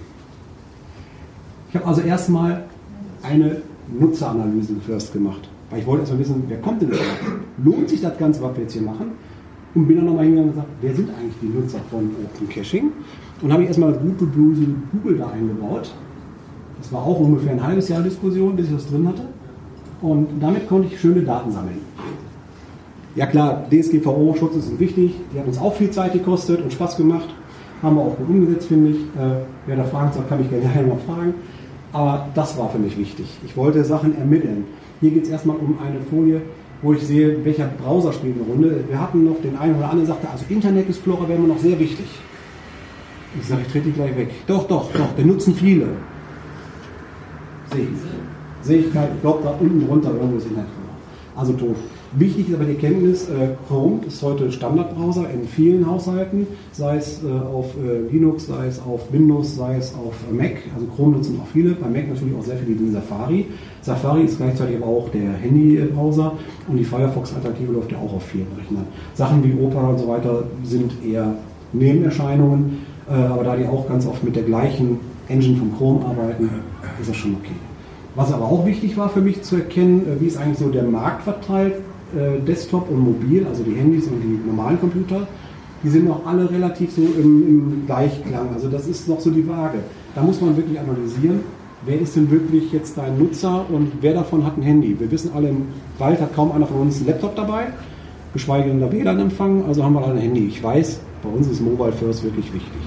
Ich habe also erstmal eine Nutzeranalyse first gemacht. Weil ich wollte erstmal wissen, wer kommt denn da? Lohnt sich das Ganze, was wir jetzt hier machen? Und bin dann nochmal hingegangen und gesagt, wer sind eigentlich die Nutzer von Open Caching? Und habe ich erstmal das gute böse Google da eingebaut. Das war auch ungefähr ein halbes Jahr Diskussion, bis ich das drin hatte. Und damit konnte ich schöne Daten sammeln. Ja klar, D S G V O-Schutz ist wichtig. Die hat uns auch viel Zeit gekostet und Spaß gemacht. Haben wir auch gut umgesetzt, finde ich. Äh, wer da Fragen hat, kann mich gerne mal fragen. Aber das war für mich wichtig. Ich wollte Sachen ermitteln. Hier geht es erstmal um eine Folie, wo ich sehe, welcher Browser spielt eine Runde. Wir hatten noch den einen oder anderen, der sagte, also Internet Explorer wäre mir noch sehr wichtig. Ich sage, ich trete die gleich weg. Doch, doch, doch, den nutzen viele. Sehe ich. Sehe ich gleich, ich glaube, da unten drunter irgendwo ist Internet Explorer. Also tot. Wichtig ist aber die Erkenntnis, äh, Chrome ist heute Standardbrowser in vielen Haushalten, sei es äh, auf äh, Linux, sei es auf Windows, sei es auf äh, Mac. Also Chrome nutzen auch viele, bei Mac natürlich auch sehr viele den Safari. Safari ist gleichzeitig aber auch der Handy-Browser und die Firefox-Alternative läuft ja auch auf vielen Rechnern. Sachen wie Opera und so weiter sind eher Nebenerscheinungen, äh, aber da die auch ganz oft mit der gleichen Engine von Chrome arbeiten, ist das schon okay. Was aber auch wichtig war für mich zu erkennen, äh, wie ist eigentlich so der Markt verteilt, Desktop und Mobil, also die Handys und die normalen Computer, die sind noch alle relativ so im, im Gleichklang. Also das ist noch so die Waage. Da muss man wirklich analysieren, wer ist denn wirklich jetzt dein Nutzer und wer davon hat ein Handy. Wir wissen alle, im Wald hat kaum einer von uns einen Laptop dabei, geschweige denn der W L A N-Empfang, also haben wir alle ein Handy. Ich weiß, bei uns ist Mobile First wirklich wichtig.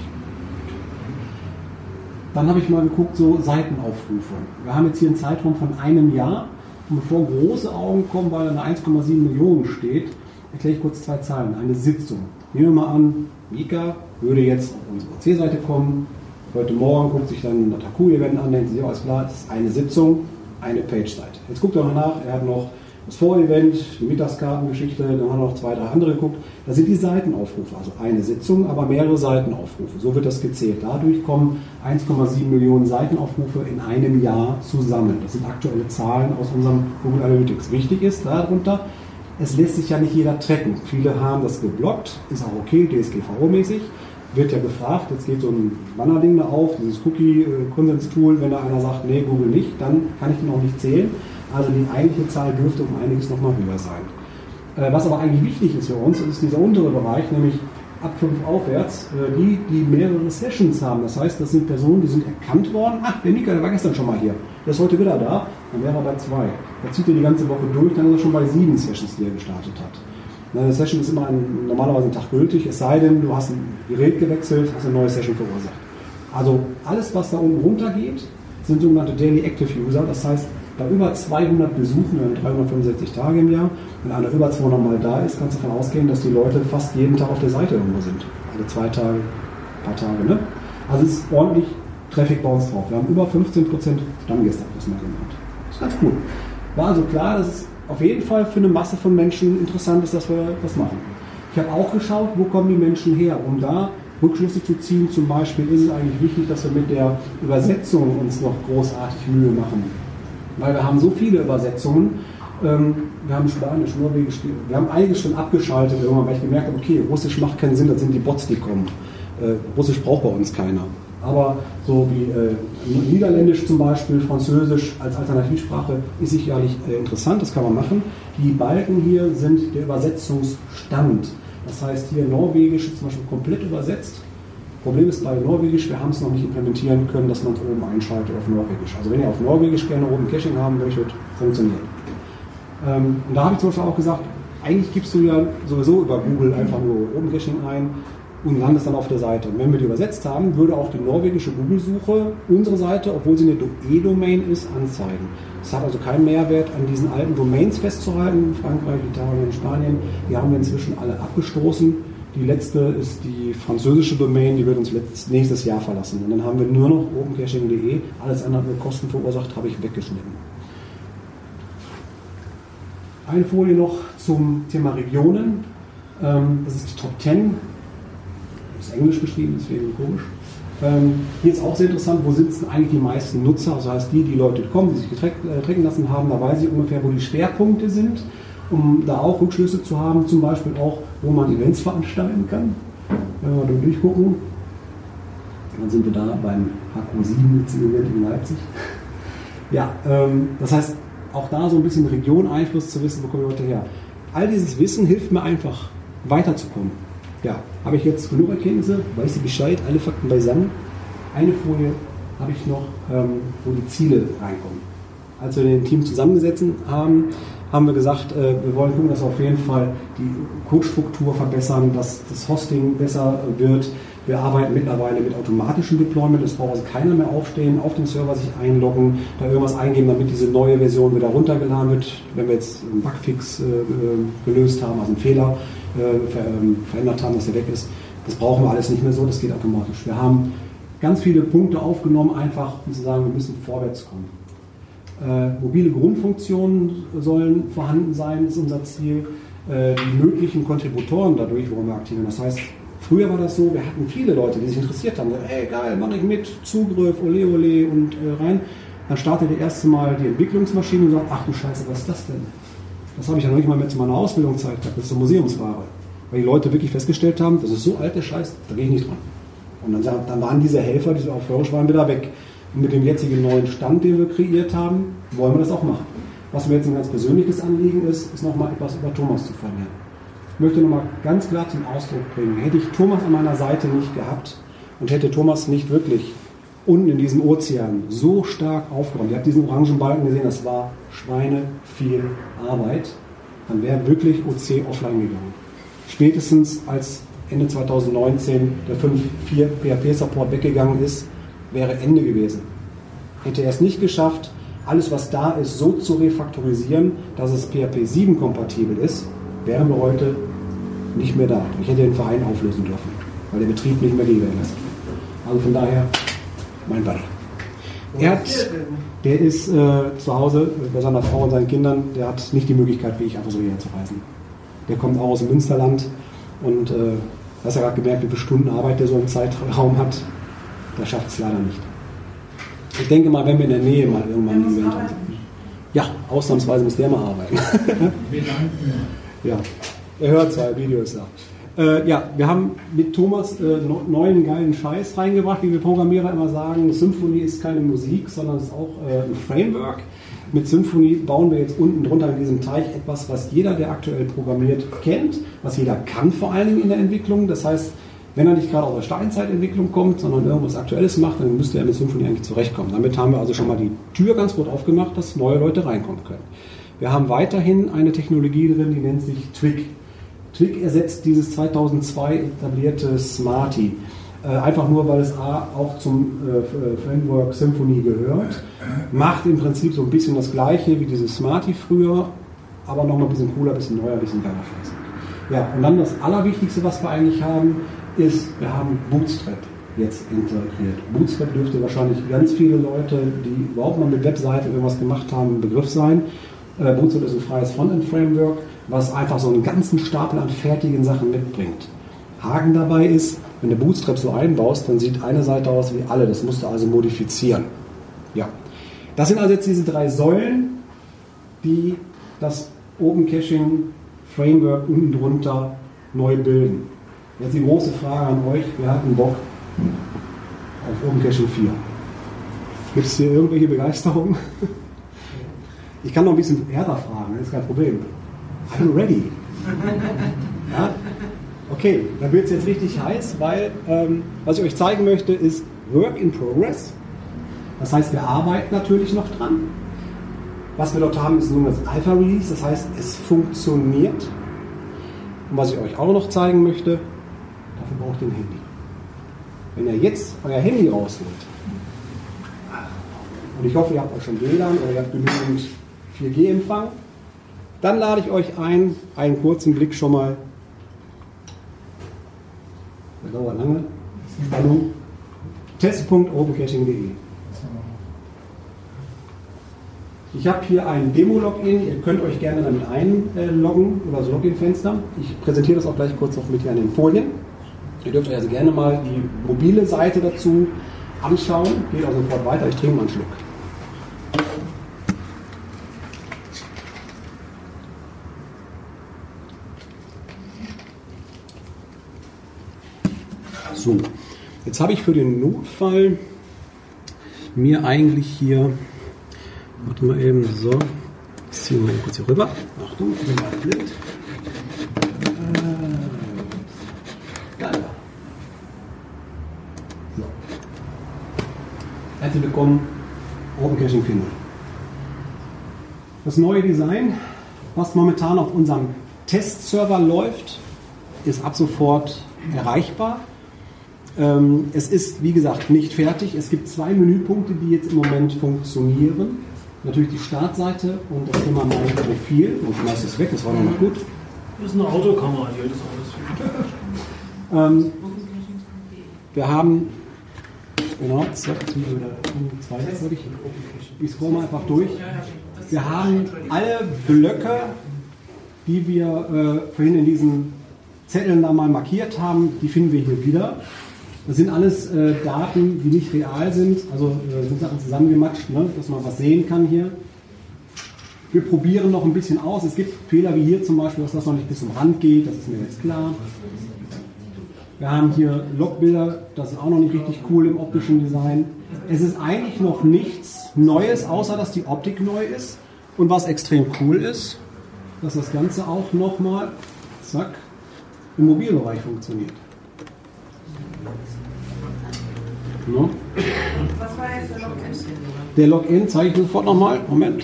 Dann habe ich mal geguckt, so Seitenaufrufe. Wir haben jetzt hier einen Zeitraum von einem Jahr. Und bevor große Augen kommen, weil da eine eins Komma sieben Millionen steht, erkläre ich kurz zwei Zahlen. Eine Sitzung. Nehmen wir mal an, Mika würde jetzt auf unsere O C-Seite kommen. Heute Morgen guckt sich dann ein Taku-Event an, denkt sich, alles klar, das ist eine Sitzung, eine Page-Seite. Jetzt guckt er noch nach, er hat noch das Vor-Event, die Mittagskartengeschichte, dann haben wir noch zwei, drei andere geguckt. Das sind die Seitenaufrufe, also eine Sitzung, aber mehrere Seitenaufrufe. So wird das gezählt. Dadurch kommen eins Komma sieben Millionen Seitenaufrufe in einem Jahr zusammen. Das sind aktuelle Zahlen aus unserem Google Analytics. Wichtig ist darunter, es lässt sich ja nicht jeder tracken. Viele haben das geblockt, ist auch okay, D S G V O-mäßig. Wird ja gefragt, jetzt geht so ein Bannerding da auf, dieses Cookie-Konsens-Tool, wenn da einer sagt, nee, Google nicht, dann kann ich den auch nicht zählen. Also die eigentliche Zahl dürfte um einiges nochmal höher sein. Äh, was aber eigentlich wichtig ist für uns, ist dieser untere Bereich, nämlich ab fünf aufwärts, äh, die, die mehrere Sessions haben. Das heißt, das sind Personen, die sind erkannt worden. Ach, der Mika, der war gestern schon mal hier. Der ist heute wieder da. Dann wäre er bei zwei. Da zieht er die ganze Woche durch, dann ist er schon bei sieben Sessions, die er gestartet hat. Eine Session ist immer ein, normalerweise ein Tag gültig, es sei denn, du hast ein Gerät gewechselt, hast eine neue Session verursacht. Also alles, was da unten runter geht, sind sogenannte Daily Active User. Das heißt, bei über zweihundert Besuchen, wir haben dreihundertfünfundsechzig Tage im Jahr, wenn einer über zweihundert Mal da ist, kannst du davon ausgehen, dass die Leute fast jeden Tag auf der Seite irgendwo sind. Alle zwei Tage, ein paar Tage. Ne? Also es ist ordentlich Traffic bei uns drauf. Wir haben über fünfzehn Prozent Stammgäste, das mal genannt. Das ist ganz cool. War also klar, dass es auf jeden Fall für eine Masse von Menschen interessant ist, dass wir das machen. Ich habe auch geschaut, wo kommen die Menschen her, um da Rückschlüsse zu ziehen. Zum Beispiel ist es eigentlich wichtig, dass wir mit der Übersetzung uns noch großartig Mühe machen. Weil wir haben so viele Übersetzungen, ähm, wir haben Spanisch, Norwegisch, wir haben einiges schon abgeschaltet irgendwann, weil ich gemerkt habe, okay, Russisch macht keinen Sinn, das sind die Bots, die kommen. Äh, Russisch braucht bei uns keiner. Aber so wie äh, Niederländisch zum Beispiel, Französisch als Alternativsprache ist sicherlich äh, interessant, das kann man machen. Die Balken hier sind der Übersetzungsstand. Das heißt, hier Norwegisch ist zum Beispiel komplett übersetzt. Problem ist bei Norwegisch, wir haben es noch nicht implementieren können, dass man es oben einschaltet auf Norwegisch. Also wenn ihr auf Norwegisch gerne Open Caching haben möchtet, funktioniert. Ähm, und da habe ich zum Beispiel auch gesagt, eigentlich gibst du ja sowieso über Google einfach nur Open Caching ein und landest dann auf der Seite. Und wenn wir die übersetzt haben, würde auch die norwegische Google-Suche unsere Seite, obwohl sie eine E-Domain ist, anzeigen. Es hat also keinen Mehrwert, an diesen alten Domains festzuhalten. Frankreich, Italien, Spanien, die haben wir inzwischen alle abgestoßen. Die letzte ist die französische Domain, die wird uns nächstes Jahr verlassen. Und dann haben wir nur noch opencaching punkt de. Alles andere hat mir Kosten verursacht, habe ich weggeschnitten. Eine Folie noch zum Thema Regionen. Das ist die Top zehn. Das ist Englisch geschrieben, deswegen komisch. Hier ist auch sehr interessant, wo sitzen eigentlich die meisten Nutzer, also heißt die, die Leute kommen, die sich tracken lassen haben, da weiß ich ungefähr, wo die Schwerpunkte sind, um da auch Rückschlüsse zu haben, zum Beispiel auch, wo man Events veranstalten kann. Wenn wir mal durchgucken, dann sind wir da beim H Q sieben Event in Leipzig. Ja, ähm, das heißt, auch da so ein bisschen Region-Einfluss zu wissen, wo kommen die Leute her. All dieses Wissen hilft mir einfach, weiterzukommen. Ja, habe ich jetzt genug Erkenntnisse, weiß ich Bescheid, alle Fakten beisammen. Eine Folie habe ich noch, ähm, wo die Ziele reinkommen. Als wir den Team zusammengesetzt haben, haben wir gesagt, äh, wir wollen gucken, dass wir auf jeden Fall die Codestruktur verbessern, dass das Hosting besser wird. Wir arbeiten mittlerweile mit automatischem Deployment. Es braucht also keiner mehr aufstehen, auf den Server sich einloggen, da irgendwas eingeben, damit diese neue Version wieder runtergeladen wird. Wenn wir jetzt einen Bugfix äh, gelöst haben, also einen Fehler äh, ver, äh, verändert haben, dass der weg ist, das brauchen wir alles nicht mehr so, das geht automatisch. Wir haben ganz viele Punkte aufgenommen, einfach um zu sagen, wir müssen vorwärts kommen. Äh, mobile Grundfunktionen sollen vorhanden sein, ist unser Ziel. Äh, die möglichen Kontributoren dadurch wollen wir aktivieren. Das heißt, früher war das so, wir hatten viele Leute, die sich interessiert haben. Ey, geil, mach ich mit, Zugriff, ole ole und äh, rein. Dann startet das erste Mal die Entwicklungsmaschine und sagt, ach du Scheiße, was ist das denn? Das habe ich ja noch nicht mal mehr zu meiner Ausbildungszeit gehabt, das ist eine Museumsware. Weil die Leute wirklich festgestellt haben, das ist so alt, der Scheiß, da gehe ich nicht dran. Und dann, dann waren diese Helfer, die so euphorisch waren, wieder weg. Und mit dem jetzigen neuen Stand, den wir kreiert haben, wollen wir das auch machen. Was mir jetzt ein ganz persönliches Anliegen ist, ist nochmal etwas über Thomas zu verlieren. Ich möchte nochmal ganz klar zum Ausdruck bringen, hätte ich Thomas an meiner Seite nicht gehabt und hätte Thomas nicht wirklich unten in diesem Ozean so stark aufgeräumt, ihr habt diesen orangen Balken gesehen, das war Schweine viel Arbeit, dann wäre wirklich O C offline gegangen. Spätestens als Ende zweitausendneunzehn der fünf Punkt vier P H P-Support weggegangen ist, wäre Ende gewesen. Hätte er es nicht geschafft, alles was da ist so zu refaktorisieren, dass es P H P sieben kompatibel ist, wären wir heute nicht mehr da. Ich hätte den Verein auflösen dürfen, weil der Betrieb nicht mehr gewährleistet wird. Also von daher, mein Buddy. Er hat, der ist äh, zu Hause bei seiner Frau und seinen Kindern, der hat nicht die Möglichkeit, wie ich, einfach so hierher zu reisen. Der kommt auch aus dem Münsterland und äh, hast ja gerade gemerkt, wie viele Stunden Arbeit der so einen Zeitraum hat. Der schafft es leider nicht. Ich denke mal, wenn wir in der Nähe mal irgendwann ein Event haben. Ja, ausnahmsweise muss der mal arbeiten. Wir danken. Ja, er hört zwei Videos da. Äh, ja, wir haben mit Thomas äh, no, neuen geilen Scheiß reingebracht, wie wir Programmierer immer sagen. Symfony ist keine Musik, sondern es ist auch äh, ein Framework. Mit Symfony bauen wir jetzt unten drunter in diesem Teich etwas, was jeder, der aktuell programmiert, kennt, was jeder kann, vor allen Dingen in der Entwicklung. Das heißt, wenn er nicht gerade aus der Steinzeitentwicklung kommt, sondern irgendwas Aktuelles macht, dann müsste er mit Symfony eigentlich zurechtkommen. Damit haben wir also schon mal die Tür ganz gut aufgemacht, dass neue Leute reinkommen können. Wir haben weiterhin eine Technologie drin, die nennt sich Twig. Twig ersetzt dieses zweitausendzwei etablierte Smarty. Äh, einfach nur, weil es A, auch zum äh, Framework Symfony gehört. Macht im Prinzip so ein bisschen das Gleiche wie dieses Smarty früher, aber nochmal ein bisschen cooler, ein bisschen neuer, ein bisschen geiler. Ja, und dann das Allerwichtigste, was wir eigentlich haben, ist, wir haben Bootstrap jetzt integriert. Bootstrap dürfte wahrscheinlich ganz viele Leute, die überhaupt mal mit Webseiten irgendwas gemacht haben, ein Begriff sein. Äh, Bootstrap ist ein freies Frontend-Framework, was einfach so einen ganzen Stapel an fertigen Sachen mitbringt. Haken dabei ist, wenn du Bootstrap so einbaust, dann sieht eine Seite aus wie alle. Das musst du also modifizieren. Ja. Das sind also jetzt diese drei Säulen, die das Open Caching Framework unten drunter neu bilden. Jetzt die große Frage an euch, wer hat einen Bock auf Open Caching vier? Gibt es hier irgendwelche Begeisterung? Ich kann noch ein bisschen härter fragen, das ist kein Problem. Are you ready? Ja? Okay, dann wird es jetzt richtig heiß, weil ähm, was ich euch zeigen möchte, ist Work in Progress. Das heißt, wir arbeiten natürlich noch dran. Was wir dort haben, ist nun das Alpha Release, das heißt, es funktioniert. Und was ich euch auch noch zeigen möchte, dafür braucht ihr ein Handy. Wenn ihr jetzt euer Handy rausnimmt, und ich hoffe, ihr habt auch schon W L A N oder ihr habt genügend vier G Empfang, dann lade ich euch ein, einen kurzen Blick schon mal. Das dauert lange. Spannung. test punkt opencaching punkt de. Ich habe hier ein Demo-Login. Ihr könnt euch gerne damit einloggen über das Login-Fenster. Ich präsentiere das auch gleich kurz noch mit hier an den Folien. Ihr dürft euch also gerne mal die mobile Seite dazu anschauen. Geht auch sofort weiter. Ich trinke mal einen Schluck. So, jetzt habe ich für den Notfall mir eigentlich hier, warte mal eben, so, ich ziehe mal kurz hier rüber. Achtung, ich bin mal blind. Äh, da, da. So. Herzlich willkommen, Open Caching vier punkt null. Das neue Design, was momentan auf unserem Testserver läuft, ist ab sofort erreichbar. Ähm, es ist, wie gesagt, nicht fertig. Es gibt zwei Menüpunkte, die jetzt im Moment funktionieren. Natürlich die Startseite und das Thema Mein Profil. Und ich schmeiß das weg, das war noch mal gut. Das ist eine Autokamera hier, das ist alles ähm, Wir haben, genau, zack, jetzt sind wir wieder zwei, würde ich, ich scroll mal einfach durch. Wir haben alle Blöcke, die wir äh, vorhin in diesen Zetteln da mal markiert haben, die finden wir hier wieder. Das sind alles äh, Daten, die nicht real sind, also äh, sind Sachen zusammengematscht, ne, dass man was sehen kann hier. Wir probieren noch ein bisschen aus. Es gibt Fehler wie hier zum Beispiel, dass das noch nicht bis zum Rand geht, das ist mir jetzt klar. Wir haben hier Logbilder, das ist auch noch nicht richtig cool im optischen Design. Es ist eigentlich noch nichts Neues, außer dass die Optik neu ist. Und was extrem cool ist, dass das Ganze auch nochmal, zack, im Mobilbereich funktioniert. No. Was war jetzt der Login? Der Login zeige ich sofort nochmal. Moment.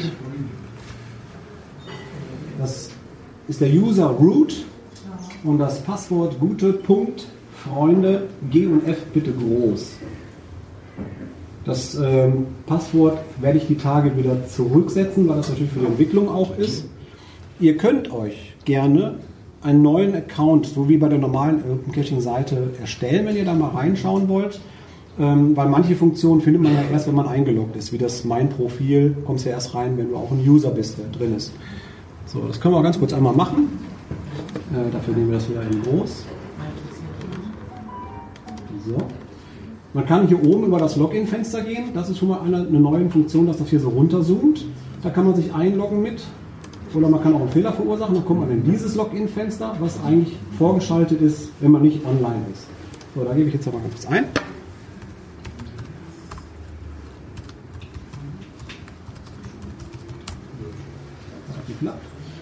Das ist der User Root und das Passwort gute Punkt Freunde G und F bitte groß. Das ähm, Passwort werde ich die Tage wieder zurücksetzen, weil das natürlich für die Entwicklung auch ist. Ihr könnt euch gerne einen neuen Account, so wie bei der normalen Open-Caching-Seite, erstellen, wenn ihr da mal reinschauen wollt. Ähm, weil manche Funktionen findet man ja erst, wenn man eingeloggt ist, wie das Mein Profil, kommst ja erst rein, wenn du auch ein User bist, der drin ist. So, das können wir ganz kurz einmal machen. Äh, dafür nehmen wir das wieder in groß. So. Man kann hier oben über das Login-Fenster gehen. Das ist schon mal eine, eine neue Funktion, dass das hier so runterzoomt. Da kann man sich einloggen mit. Oder man kann auch einen Fehler verursachen. Dann kommt man in dieses Login-Fenster, was eigentlich vorgeschaltet ist, wenn man nicht online ist. So, da gebe ich jetzt mal ganz kurz ein. Das hat geklappt.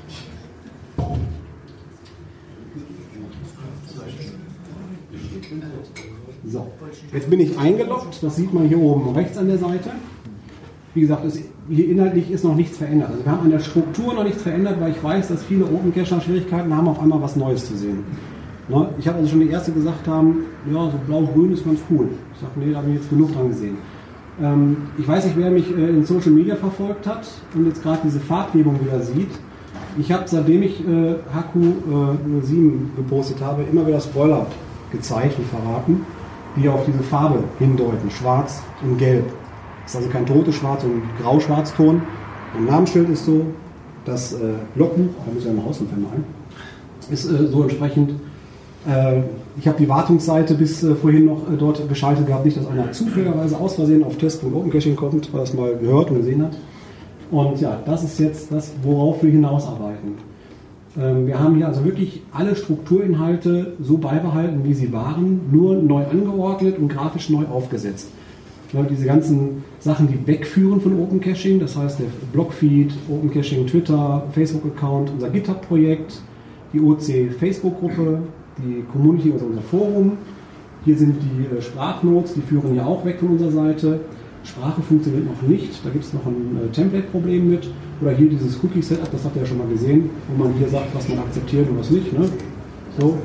So, jetzt bin ich eingeloggt, das sieht man hier oben rechts an der Seite. Wie gesagt, es, hier inhaltlich ist noch nichts verändert. Also wir haben an der Struktur noch nichts verändert, weil ich weiß, dass viele Open Cacher Schwierigkeiten haben, auf einmal was Neues zu sehen. Ne? Ich habe also schon die erste gesagt haben, ja, so blau-grün ist ganz cool. Ich sage, nee, da habe ich jetzt genug dran gesehen. Ähm, ich weiß nicht, wer mich äh, in Social Media verfolgt hat und jetzt gerade diese Farbgebung wieder sieht. Ich habe, seitdem ich äh, H Q null sieben gepostet habe, immer wieder Spoiler gezeigt und verraten, die auf diese Farbe hindeuten, schwarz und gelb. Das ist also kein totes Schwarz, sondern ein grau-schwarz-Ton. Mein Namensschild ist so, das äh, Logbuch, da muss ich ja mal außen ein, ist äh, so entsprechend. Äh, ich habe die Wartungsseite bis äh, vorhin noch äh, dort geschaltet gehabt, nicht, dass einer zufälligerweise aus Versehen auf test punkt opencaching kommt, weil er das mal gehört und gesehen hat. Und ja, das ist jetzt das, worauf wir hinausarbeiten. Ähm, wir haben hier also wirklich alle Strukturinhalte so beibehalten, wie sie waren, nur neu angeordnet und grafisch neu aufgesetzt. Ja, diese ganzen Sachen, die wegführen von Open Caching, das heißt der Blogfeed, Open Caching Twitter, Facebook-Account, unser GitHub-Projekt, die O C Facebook-Gruppe, die Community, also unser Forum. Hier sind die äh, Sprachnotes, die führen ja auch weg von unserer Seite. Sprache funktioniert noch nicht, da gibt es noch ein äh, Template-Problem mit. Oder hier dieses Cookie-Setup, das habt ihr ja schon mal gesehen, wo man hier sagt, was man akzeptiert und was nicht. Ne? So.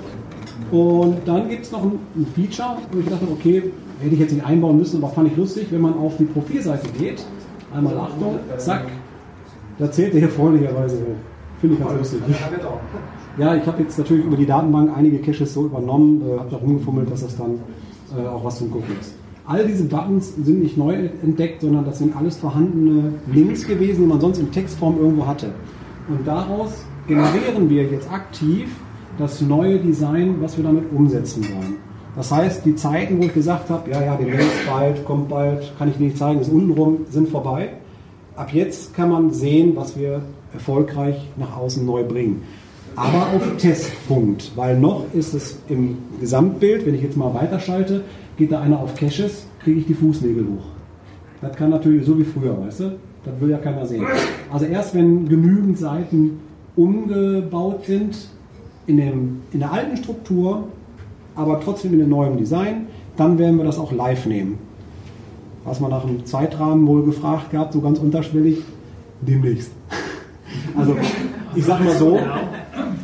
Und dann gibt es noch ein, ein Feature, wo ich dachte, okay, hätte ich jetzt nicht einbauen müssen, aber fand ich lustig, wenn man auf die Profilseite geht, einmal Achtung, zack, da zählt der hier freundlicherweise hoch. Finde ich ganz lustig. Ja, ich habe jetzt natürlich über die Datenbank einige Caches so übernommen, äh, habe da rumgefummelt, dass das dann äh, auch was zum Gucken ist. All diese Buttons sind nicht neu entdeckt, sondern das sind alles vorhandene Links gewesen, die man sonst in Textform irgendwo hatte. Und daraus generieren wir jetzt aktiv das neue Design, was wir damit umsetzen wollen. Das heißt, die Zeiten, wo ich gesagt habe, ja, ja, demnächst bald, kommt bald, kann ich nicht zeigen, ist unten rum, sind vorbei. Ab jetzt kann man sehen, was wir erfolgreich nach außen neu bringen. Aber auf Testpunkt, weil noch ist es im Gesamtbild, wenn ich jetzt mal weiterschalte, geht da einer auf Caches, kriege ich die Fußnägel hoch. Das kann natürlich so wie früher, weißt du? Das will ja keiner sehen. Also erst wenn genügend Seiten umgebaut sind, in, dem, in der alten Struktur, aber trotzdem in dem neuen Design, dann werden wir das auch live nehmen. Was man nach einem Zeitrahmen wohl gefragt gab, so ganz unterschwellig, demnächst. Also ich sag mal so,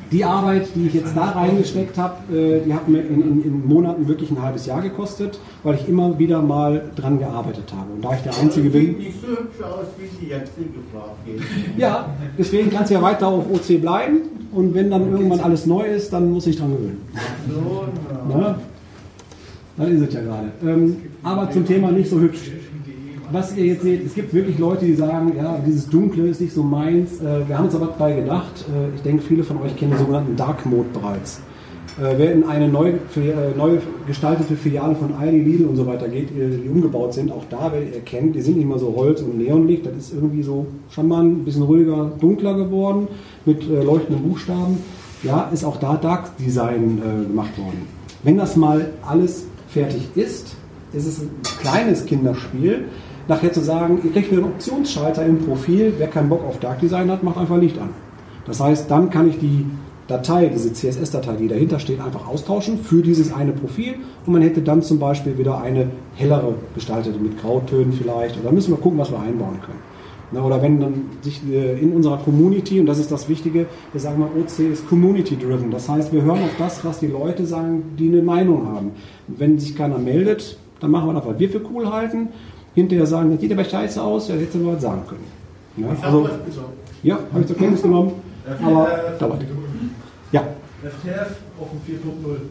Die Arbeit, die ich jetzt da reingesteckt habe, äh, die hat mir in, in, in Monaten wirklich ein halbes Jahr gekostet, weil ich immer wieder mal dran gearbeitet habe. Und da ich der Einzige bin... Sieht nicht so hübsch aus, wie die jetzige Frage geht. Ja, deswegen kannst du ja weiter auf O C bleiben und wenn dann irgendwann alles neu ist, dann muss ich dran gewöhnen. So, Na, dann ist es ja gerade. Ähm, aber zum Thema nicht so hübsch. Was ihr jetzt seht, es gibt wirklich Leute, die sagen, ja, dieses Dunkle ist nicht so meins. Äh, wir haben uns aber dabei gedacht, äh, ich denke, viele von euch kennen den sogenannten Dark Mode bereits. Äh, wer in eine neu, für, äh, neu gestaltete Filiale von Aldi, Lidl und so weiter geht, die umgebaut sind, auch da werdet ihr erkennen, die sind nicht mehr so Holz- und Neonlicht, das ist irgendwie so schon mal ein bisschen ruhiger, dunkler geworden, mit äh, leuchtenden Buchstaben. Ja, ist auch da Dark Design äh, gemacht worden. Wenn das mal alles fertig ist, ist es ein kleines Kinderspiel, nachher zu sagen, ihr kriegt einen Optionsschalter im Profil, wer keinen Bock auf Dark Design hat, macht einfach Licht an. Das heißt, dann kann ich die Datei, diese C S S-Datei, die dahinter steht, einfach austauschen für dieses eine Profil und man hätte dann zum Beispiel wieder eine hellere gestaltete mit Grautönen vielleicht, oder müssen wir gucken, was wir einbauen können. Na, oder wenn dann sich in unserer Community, und das ist das Wichtige, wir sagen mal, O C ist Community-driven, das heißt, wir hören auf das, was die Leute sagen, die eine Meinung haben. Und wenn sich keiner meldet, dann machen wir das, was wir für cool halten. Hinterher sagen, das sieht aber scheiße aus, ja, hättest du mal was sagen können. Ja, ich also, habe was gesagt. ja, habe ich zur Kenntnis genommen, aber dauert. Ja. F T F auf dem vier Punkt null.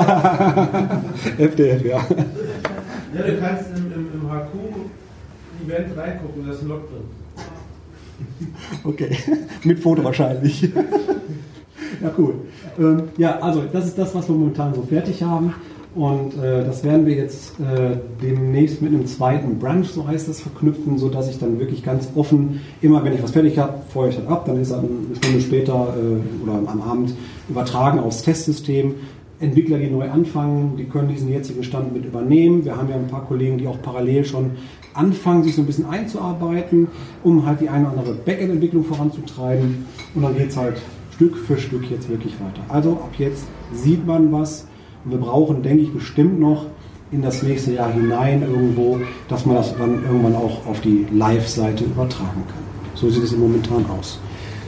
F T F, ja. Ja, du kannst im, im, im H Q-Event reingucken, da ist ein Log drin. Okay, mit Foto wahrscheinlich. Ja, cool. Ähm, ja, also das ist das, was wir momentan so fertig haben. Und äh, das werden wir jetzt äh, demnächst mit einem zweiten Branch, so heißt das, verknüpfen, sodass ich dann wirklich ganz offen, immer wenn ich was fertig habe, feuere ich das ab, dann ist das eine Stunde später äh, oder am Abend übertragen aufs Testsystem. Entwickler, die neu anfangen, die können diesen jetzigen Stand mit übernehmen. Wir haben ja ein paar Kollegen, die auch parallel schon anfangen, sich so ein bisschen einzuarbeiten, um halt die eine oder andere Backend-Entwicklung voranzutreiben. Und dann geht es halt Stück für Stück jetzt wirklich weiter. Also ab jetzt sieht man was. Wir brauchen, denke ich, bestimmt noch in das nächste Jahr hinein irgendwo, dass man das dann irgendwann auch auf die Live-Seite übertragen kann. So sieht es im momentan aus.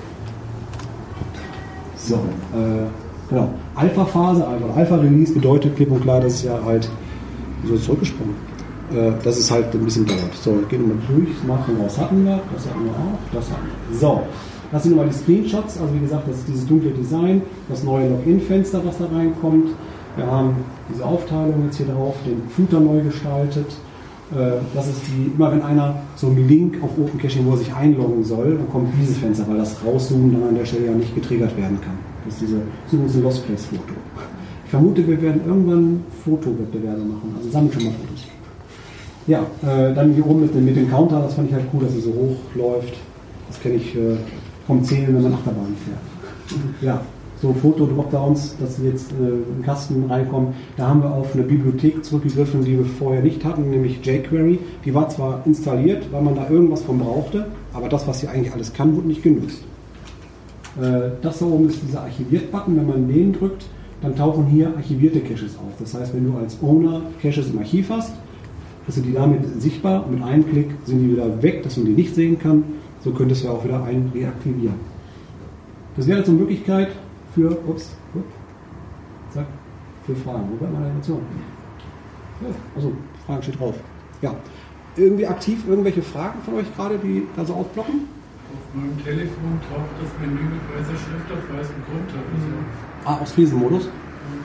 So, äh, genau. Alpha-Phase, also Alpha-Release bedeutet klipp und klar, dass es ja halt, so zurückgesprungen, äh, dass es halt ein bisschen dauert. So, gehen wir mal durch, das machen wir, was hatten wir, das hatten wir auch, das hatten wir. So, das sind nochmal die Screenshots, also wie gesagt, das ist dieses dunkle Design, das neue Login-Fenster, was da reinkommt. Wir haben diese Aufteilung jetzt hier drauf, den Footer neu gestaltet. Das ist die, immer wenn einer so einen Link auf Open Caching, wo er sich einloggen soll, dann kommt dieses Fenster, weil das Rauszoomen dann an der Stelle ja nicht getriggert werden kann. Das ist diese, das ist übrigens ein Lost Place Foto. Ich vermute, wir werden irgendwann Fotowettbewerbe machen, also sammeln schon mal Fotos. Ja, äh, dann hier oben mit, mit dem Counter, das fand ich halt cool, dass es so hoch läuft. Das kenne ich äh, vom Zählen, wenn man Achterbahn fährt. Ja. So Foto-Dropdowns, dass sie jetzt äh, in den Kasten reinkommen. Da haben wir auf eine Bibliothek zurückgegriffen, die wir vorher nicht hatten, nämlich jQuery. Die war zwar installiert, weil man da irgendwas von brauchte, aber das, was sie eigentlich alles kann, wurde nicht genutzt. Äh, das da oben ist dieser Archiviert-Button. Wenn man den drückt, dann tauchen hier archivierte Caches auf. Das heißt, wenn du als Owner Caches im Archiv hast, kriegst du die damit sichtbar. Mit einem Klick sind die wieder weg, dass man die nicht sehen kann. So könntest du auch wieder einen reaktivieren. Das wäre jetzt eine Möglichkeit, für, ups, ups, zack, für Fragen. Wo war meine Animation? Ja, also, Fragen steht drauf. Ja. Irgendwie aktiv irgendwelche Fragen von euch gerade, die da so aufploppen? Auf meinem Telefon taucht das Menü mit weißer Schrift auf weißem Grund. Also ah, aus Fliesenmodus? ja,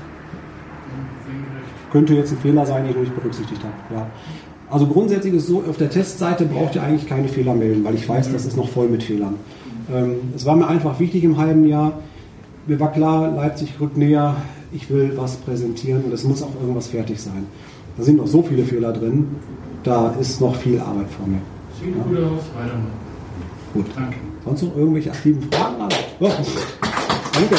könnte jetzt ein Fehler sein, den ich nicht berücksichtigt habe. Ja. Also grundsätzlich ist es so, auf der Testseite braucht ihr eigentlich keine Fehler melden, weil ich weiß, das ist noch voll mit Fehlern. Ähm, es war mir einfach wichtig im halben Jahr, mir war klar, Leipzig rückt näher, ich will was präsentieren und es muss auch irgendwas fertig sein. Da sind noch so viele Fehler drin, da ist noch viel Arbeit vor mir. Sieht gut aus, weitermachen. Gut. Danke. Sonst noch irgendwelche aktiven Fragen? Oh. Danke.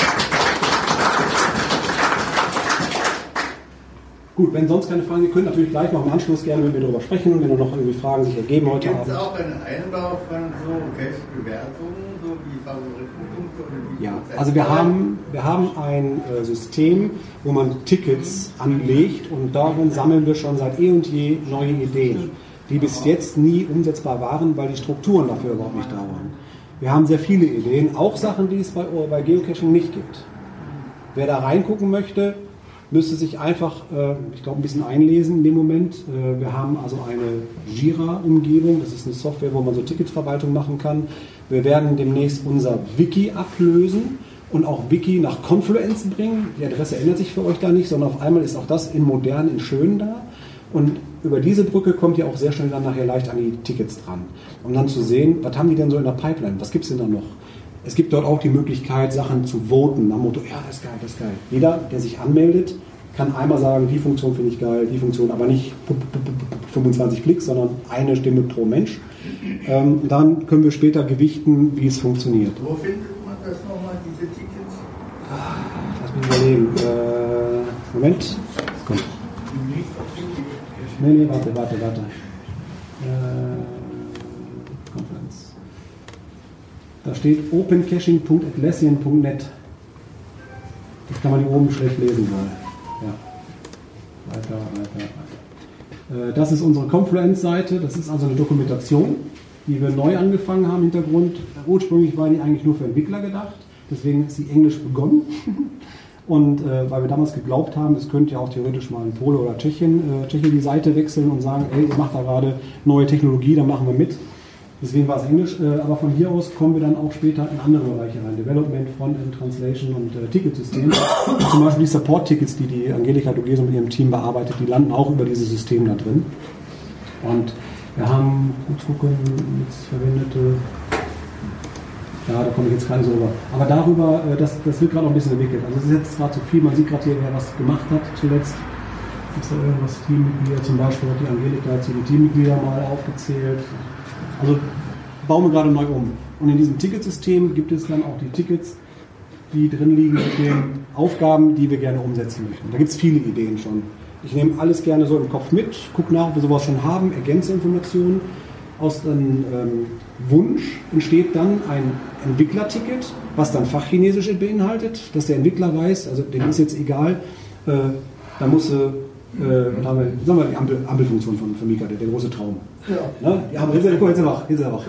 Gut, wenn sonst keine Fragen, ihr könnt natürlich gleich noch im Anschluss gerne mit mir darüber sprechen, wenn noch irgendwie Fragen sich ergeben heute Abend. Gibt es auch einen Einbau von so Cache-Bewertungen, so wie Favoritenpunkte oder wie? Ja, also wir haben, wir haben ein äh, System, wo man Tickets anlegt und darin sammeln wir schon seit eh und je neue Ideen, die bis jetzt nie umsetzbar waren, weil die Strukturen dafür überhaupt nicht da waren. Wir haben sehr viele Ideen, auch Sachen, die es bei, bei Geocaching nicht gibt. Wer da reingucken möchte, müsste sich einfach, äh, ich glaube, ein bisschen einlesen in dem Moment. Äh, wir haben also eine Jira-Umgebung, das ist eine Software, wo man so Ticketverwaltung machen kann. Wir werden demnächst unser Wiki ablösen und auch Wiki nach Confluence bringen. Die Adresse ändert sich für euch da nicht, sondern auf einmal ist auch das in modern, in schön da. Und über diese Brücke kommt ihr auch sehr schnell dann nachher leicht an die Tickets dran. Um dann zu sehen, was haben die denn so in der Pipeline? Was gibt es denn da noch? Es gibt dort auch die Möglichkeit, Sachen zu voten. Nach dem Motto, ja, das ist geil, das ist geil. Jeder, der sich anmeldet, kann einmal sagen, die Funktion finde ich geil, die Funktion, aber nicht fünfundzwanzig Klicks, sondern eine Stimme pro Mensch. Ähm, dann können wir später gewichten, wie es funktioniert. Wo findet man das nochmal, diese Tickets? Lass mich überlegen. Äh, Moment. Kommt. Nee, nee, warte, warte, warte. Äh, Conference. Da steht opencaching punkt atlassian punkt net. Das kann man hier oben schlecht lesen, weil. Ja. Weiter, weiter, weiter. Äh, das ist unsere Confluence-Seite. Das ist also eine Dokumentation, die wir neu angefangen haben im Hintergrund. Ursprünglich war die eigentlich nur für Entwickler gedacht. Deswegen ist sie englisch begonnen. Und äh, weil wir damals geglaubt haben, es könnte ja auch theoretisch mal in Polen oder Tschechien, äh, Tschechien die Seite wechseln und sagen, ey, ihr macht da gerade neue Technologie, dann machen wir mit. Deswegen war es Englisch, äh, aber von hier aus kommen wir dann auch später in andere Bereiche rein. Development, Frontend, Translation und äh, Ticketsystem. Zum Beispiel die Support-Tickets, die die Angelika Dogeso mit ihrem Team bearbeitet, die landen auch über dieses System da drin. Und wir haben, kurz gucken, jetzt verwendete... Ja, da komme ich jetzt gerade so rüber. Aber darüber, das, das wird gerade noch ein bisschen entwickelt. Also es ist jetzt gerade zu viel, man sieht gerade hier, wer was gemacht hat zuletzt. Ist da irgendwas Teammitglieder, zum Beispiel hat die Angelika dazu die Teammitglieder mal aufgezählt. Also bauen wir gerade neu um. Und in diesem Ticketsystem gibt es dann auch die Tickets, die drin liegen mit den Aufgaben, die wir gerne umsetzen möchten. Da gibt es viele Ideen schon. Ich nehme alles gerne so im Kopf mit, gucke nach, ob wir sowas schon haben, ergänze Informationen. Aus einem ähm, Wunsch entsteht dann ein Entwicklerticket, was dann Fachchinesisch beinhaltet, dass der Entwickler weiß, also dem ist jetzt egal, äh, da muss äh, was haben wir, sagen wir die Ampel, Ampelfunktion von, von Mika, der, der große Traum. Ja. Ne? Ja, aber jetzt, guck, jetzt ist er wach, jetzt ist er wach.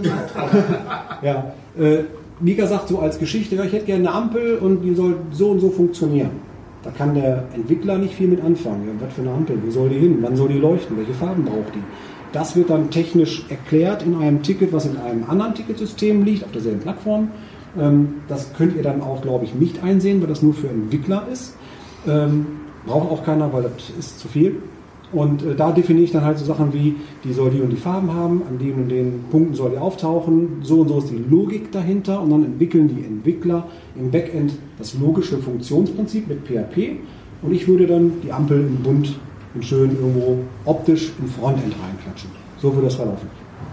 Ja, äh, Mika sagt so als Geschichte, ja, ich hätte gerne eine Ampel und die soll so und so funktionieren. Da kann der Entwickler nicht viel mit anfangen. Ja, was für eine Ampel, wo soll die hin, wann soll die leuchten, welche Farben braucht die? Das wird dann technisch erklärt in einem Ticket, was in einem anderen Ticketsystem liegt, auf derselben Plattform. Das könnt ihr dann auch, glaube ich, nicht einsehen, weil das nur für Entwickler ist. Braucht auch keiner, weil das ist zu viel. Und da definiere ich dann halt so Sachen wie, die soll die und die Farben haben, an den und den Punkten soll die auftauchen, so und so ist die Logik dahinter und dann entwickeln die Entwickler im Backend das logische Funktionsprinzip mit P H P und ich würde dann die Ampel in bunt und schön irgendwo optisch in Frontend reinklatschen. So würde das verlaufen.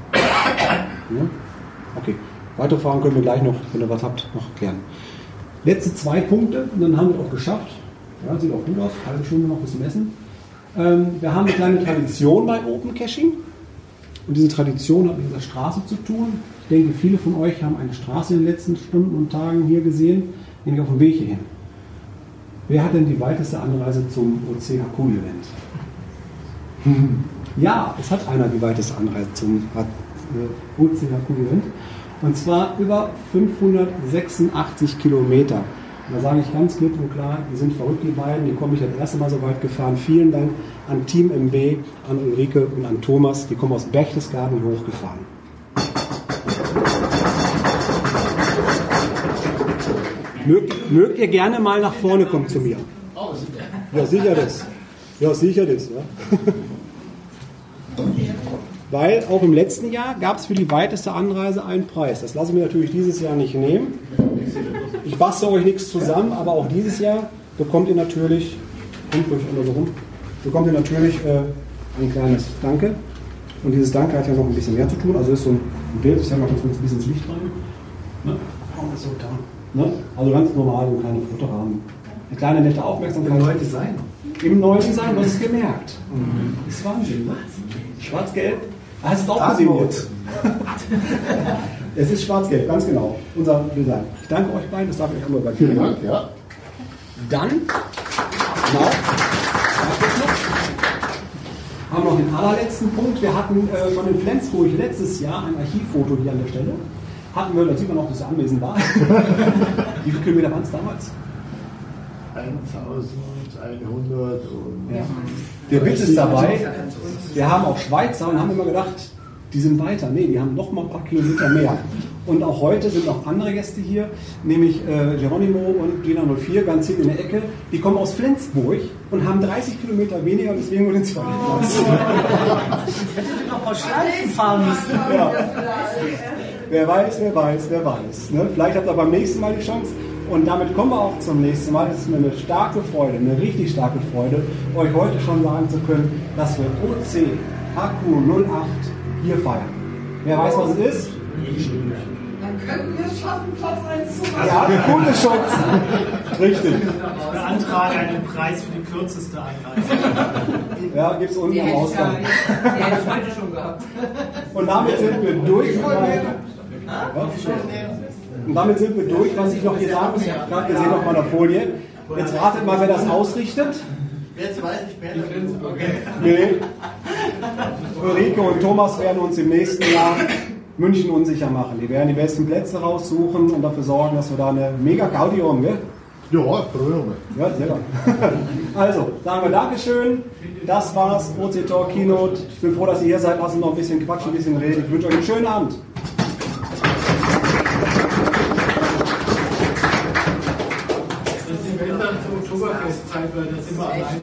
Ja? Okay. Weitere Fragen können wir gleich noch, wenn ihr was habt, noch klären. Letzte zwei Punkte und dann haben wir es auch geschafft. Ja, sieht auch gut aus. Halbe Stunde noch bis zum Essen. Ähm, wir haben eine kleine Tradition bei Open Caching. Und diese Tradition hat mit dieser Straße zu tun. Ich denke, viele von euch haben eine Straße in den letzten Stunden und Tagen hier gesehen, nämlich auf dem Weg hierhin. Wer hat denn die weiteste Anreise zum O C H Q-Event? Hm. Ja, es hat einer die weiteste Anreise zum O C H Q-Event. Und zwar über fünfhundertsechsundachtzig Kilometer. Und da sage ich ganz klipp und klar, die sind verrückt, die beiden. Die kommen nicht das erste Mal so weit gefahren. Vielen Dank an Team M B, an Ulrike und an Thomas. Die kommen aus Berchtesgaden hochgefahren. Mögt, mögt ihr gerne mal nach vorne kommen zu mir? Ja, sicher das. Ja, sicher das. Ja. Weil auch im letzten Jahr gab es für die weiteste Anreise einen Preis. Das lasse ich mir natürlich dieses Jahr nicht nehmen. Ich bastle euch nichts zusammen, aber auch dieses Jahr bekommt ihr natürlich, kommt ruhig so rum, bekommt ihr natürlich äh, ein kleines Danke. Und dieses Danke hat ja noch ein bisschen mehr zu tun. Also ist so ein Bild, ich sage mal, jetzt ein bisschen ins Licht rein. Ne? So da. Ne? Also ganz normal, ein kleiner Fotorahmen. Eine kleine nette Aufmerksamkeit. Im neuen Design. Im neuen Design, du hast es gemerkt. Mhm. Das ist Wahnsinn. Schwarz-Gelb. Hast du es auch gesehen jetzt? Es ist schwarz-gelb, ganz genau. Unser Design. Ich danke euch beiden, das darf ich immer bei vielen Dank. Ja. Dann, genau, haben wir noch den allerletzten Punkt. Wir hatten äh, schon in Flensburg letztes Jahr ein Archivfoto hier an der Stelle. hatten wir, da sieht man auch, dass er anwesend war. Wie viele Kilometer waren es damals? eintausendeinhundert und Ja. Der Witz ist dabei, wir haben auch Schweizer und haben immer gedacht, die sind weiter. Nee, die haben noch mal ein paar Kilometer mehr. Und auch heute sind noch andere Gäste hier, nämlich äh, Geronimo und Gina null vier, ganz hinten in der Ecke. Die kommen aus Flensburg und haben dreißig Kilometer weniger, deswegen nur den zweiten Platz. Hättet ihr noch ein paar Schleifen fahren müssen. Ja. Wer weiß, wer weiß, wer weiß. Ne? Vielleicht habt ihr beim nächsten Mal die Chance. Und damit kommen wir auch zum nächsten Mal. Es ist mir eine starke Freude, eine richtig starke Freude, euch heute schon sagen zu können, dass wir O C H Q null acht hier feiern. Wer weiß, was es ist? Dann könnten wir es schaffen, Platz eins zu machen. Ja, gute Chance. Richtig. Ich beantrage einen Preis für die kürzeste Anreise. Ja, gibt es unten Die im hätte ich Ausgang. ja- die hätte ich heute schon gehabt. Und damit sind wir durch. Und damit sind wir durch, was ich noch hier sagen muss. Ich habe gerade gesehen auf meiner Folie. Jetzt ratet mal, wer das ausrichtet. jetzt weiß ich mehr. Nee. Ulrike und Thomas werden uns im nächsten Jahr München unsicher machen. Die werden die besten Plätze raussuchen und dafür sorgen, dass wir da eine mega Gaudi haben, gell? Ja, probieren wir. Ja, sehr gut. Also, sagen wir Dankeschön. Das war's, O C Talk Keynote. Ich bin froh, dass ihr hier seid. Lassen noch ein bisschen quatschen, ein bisschen reden. Ich wünsche euch einen schönen Abend. Das ist wenn dann zur Oktoberfestzeit, weil das immer allein.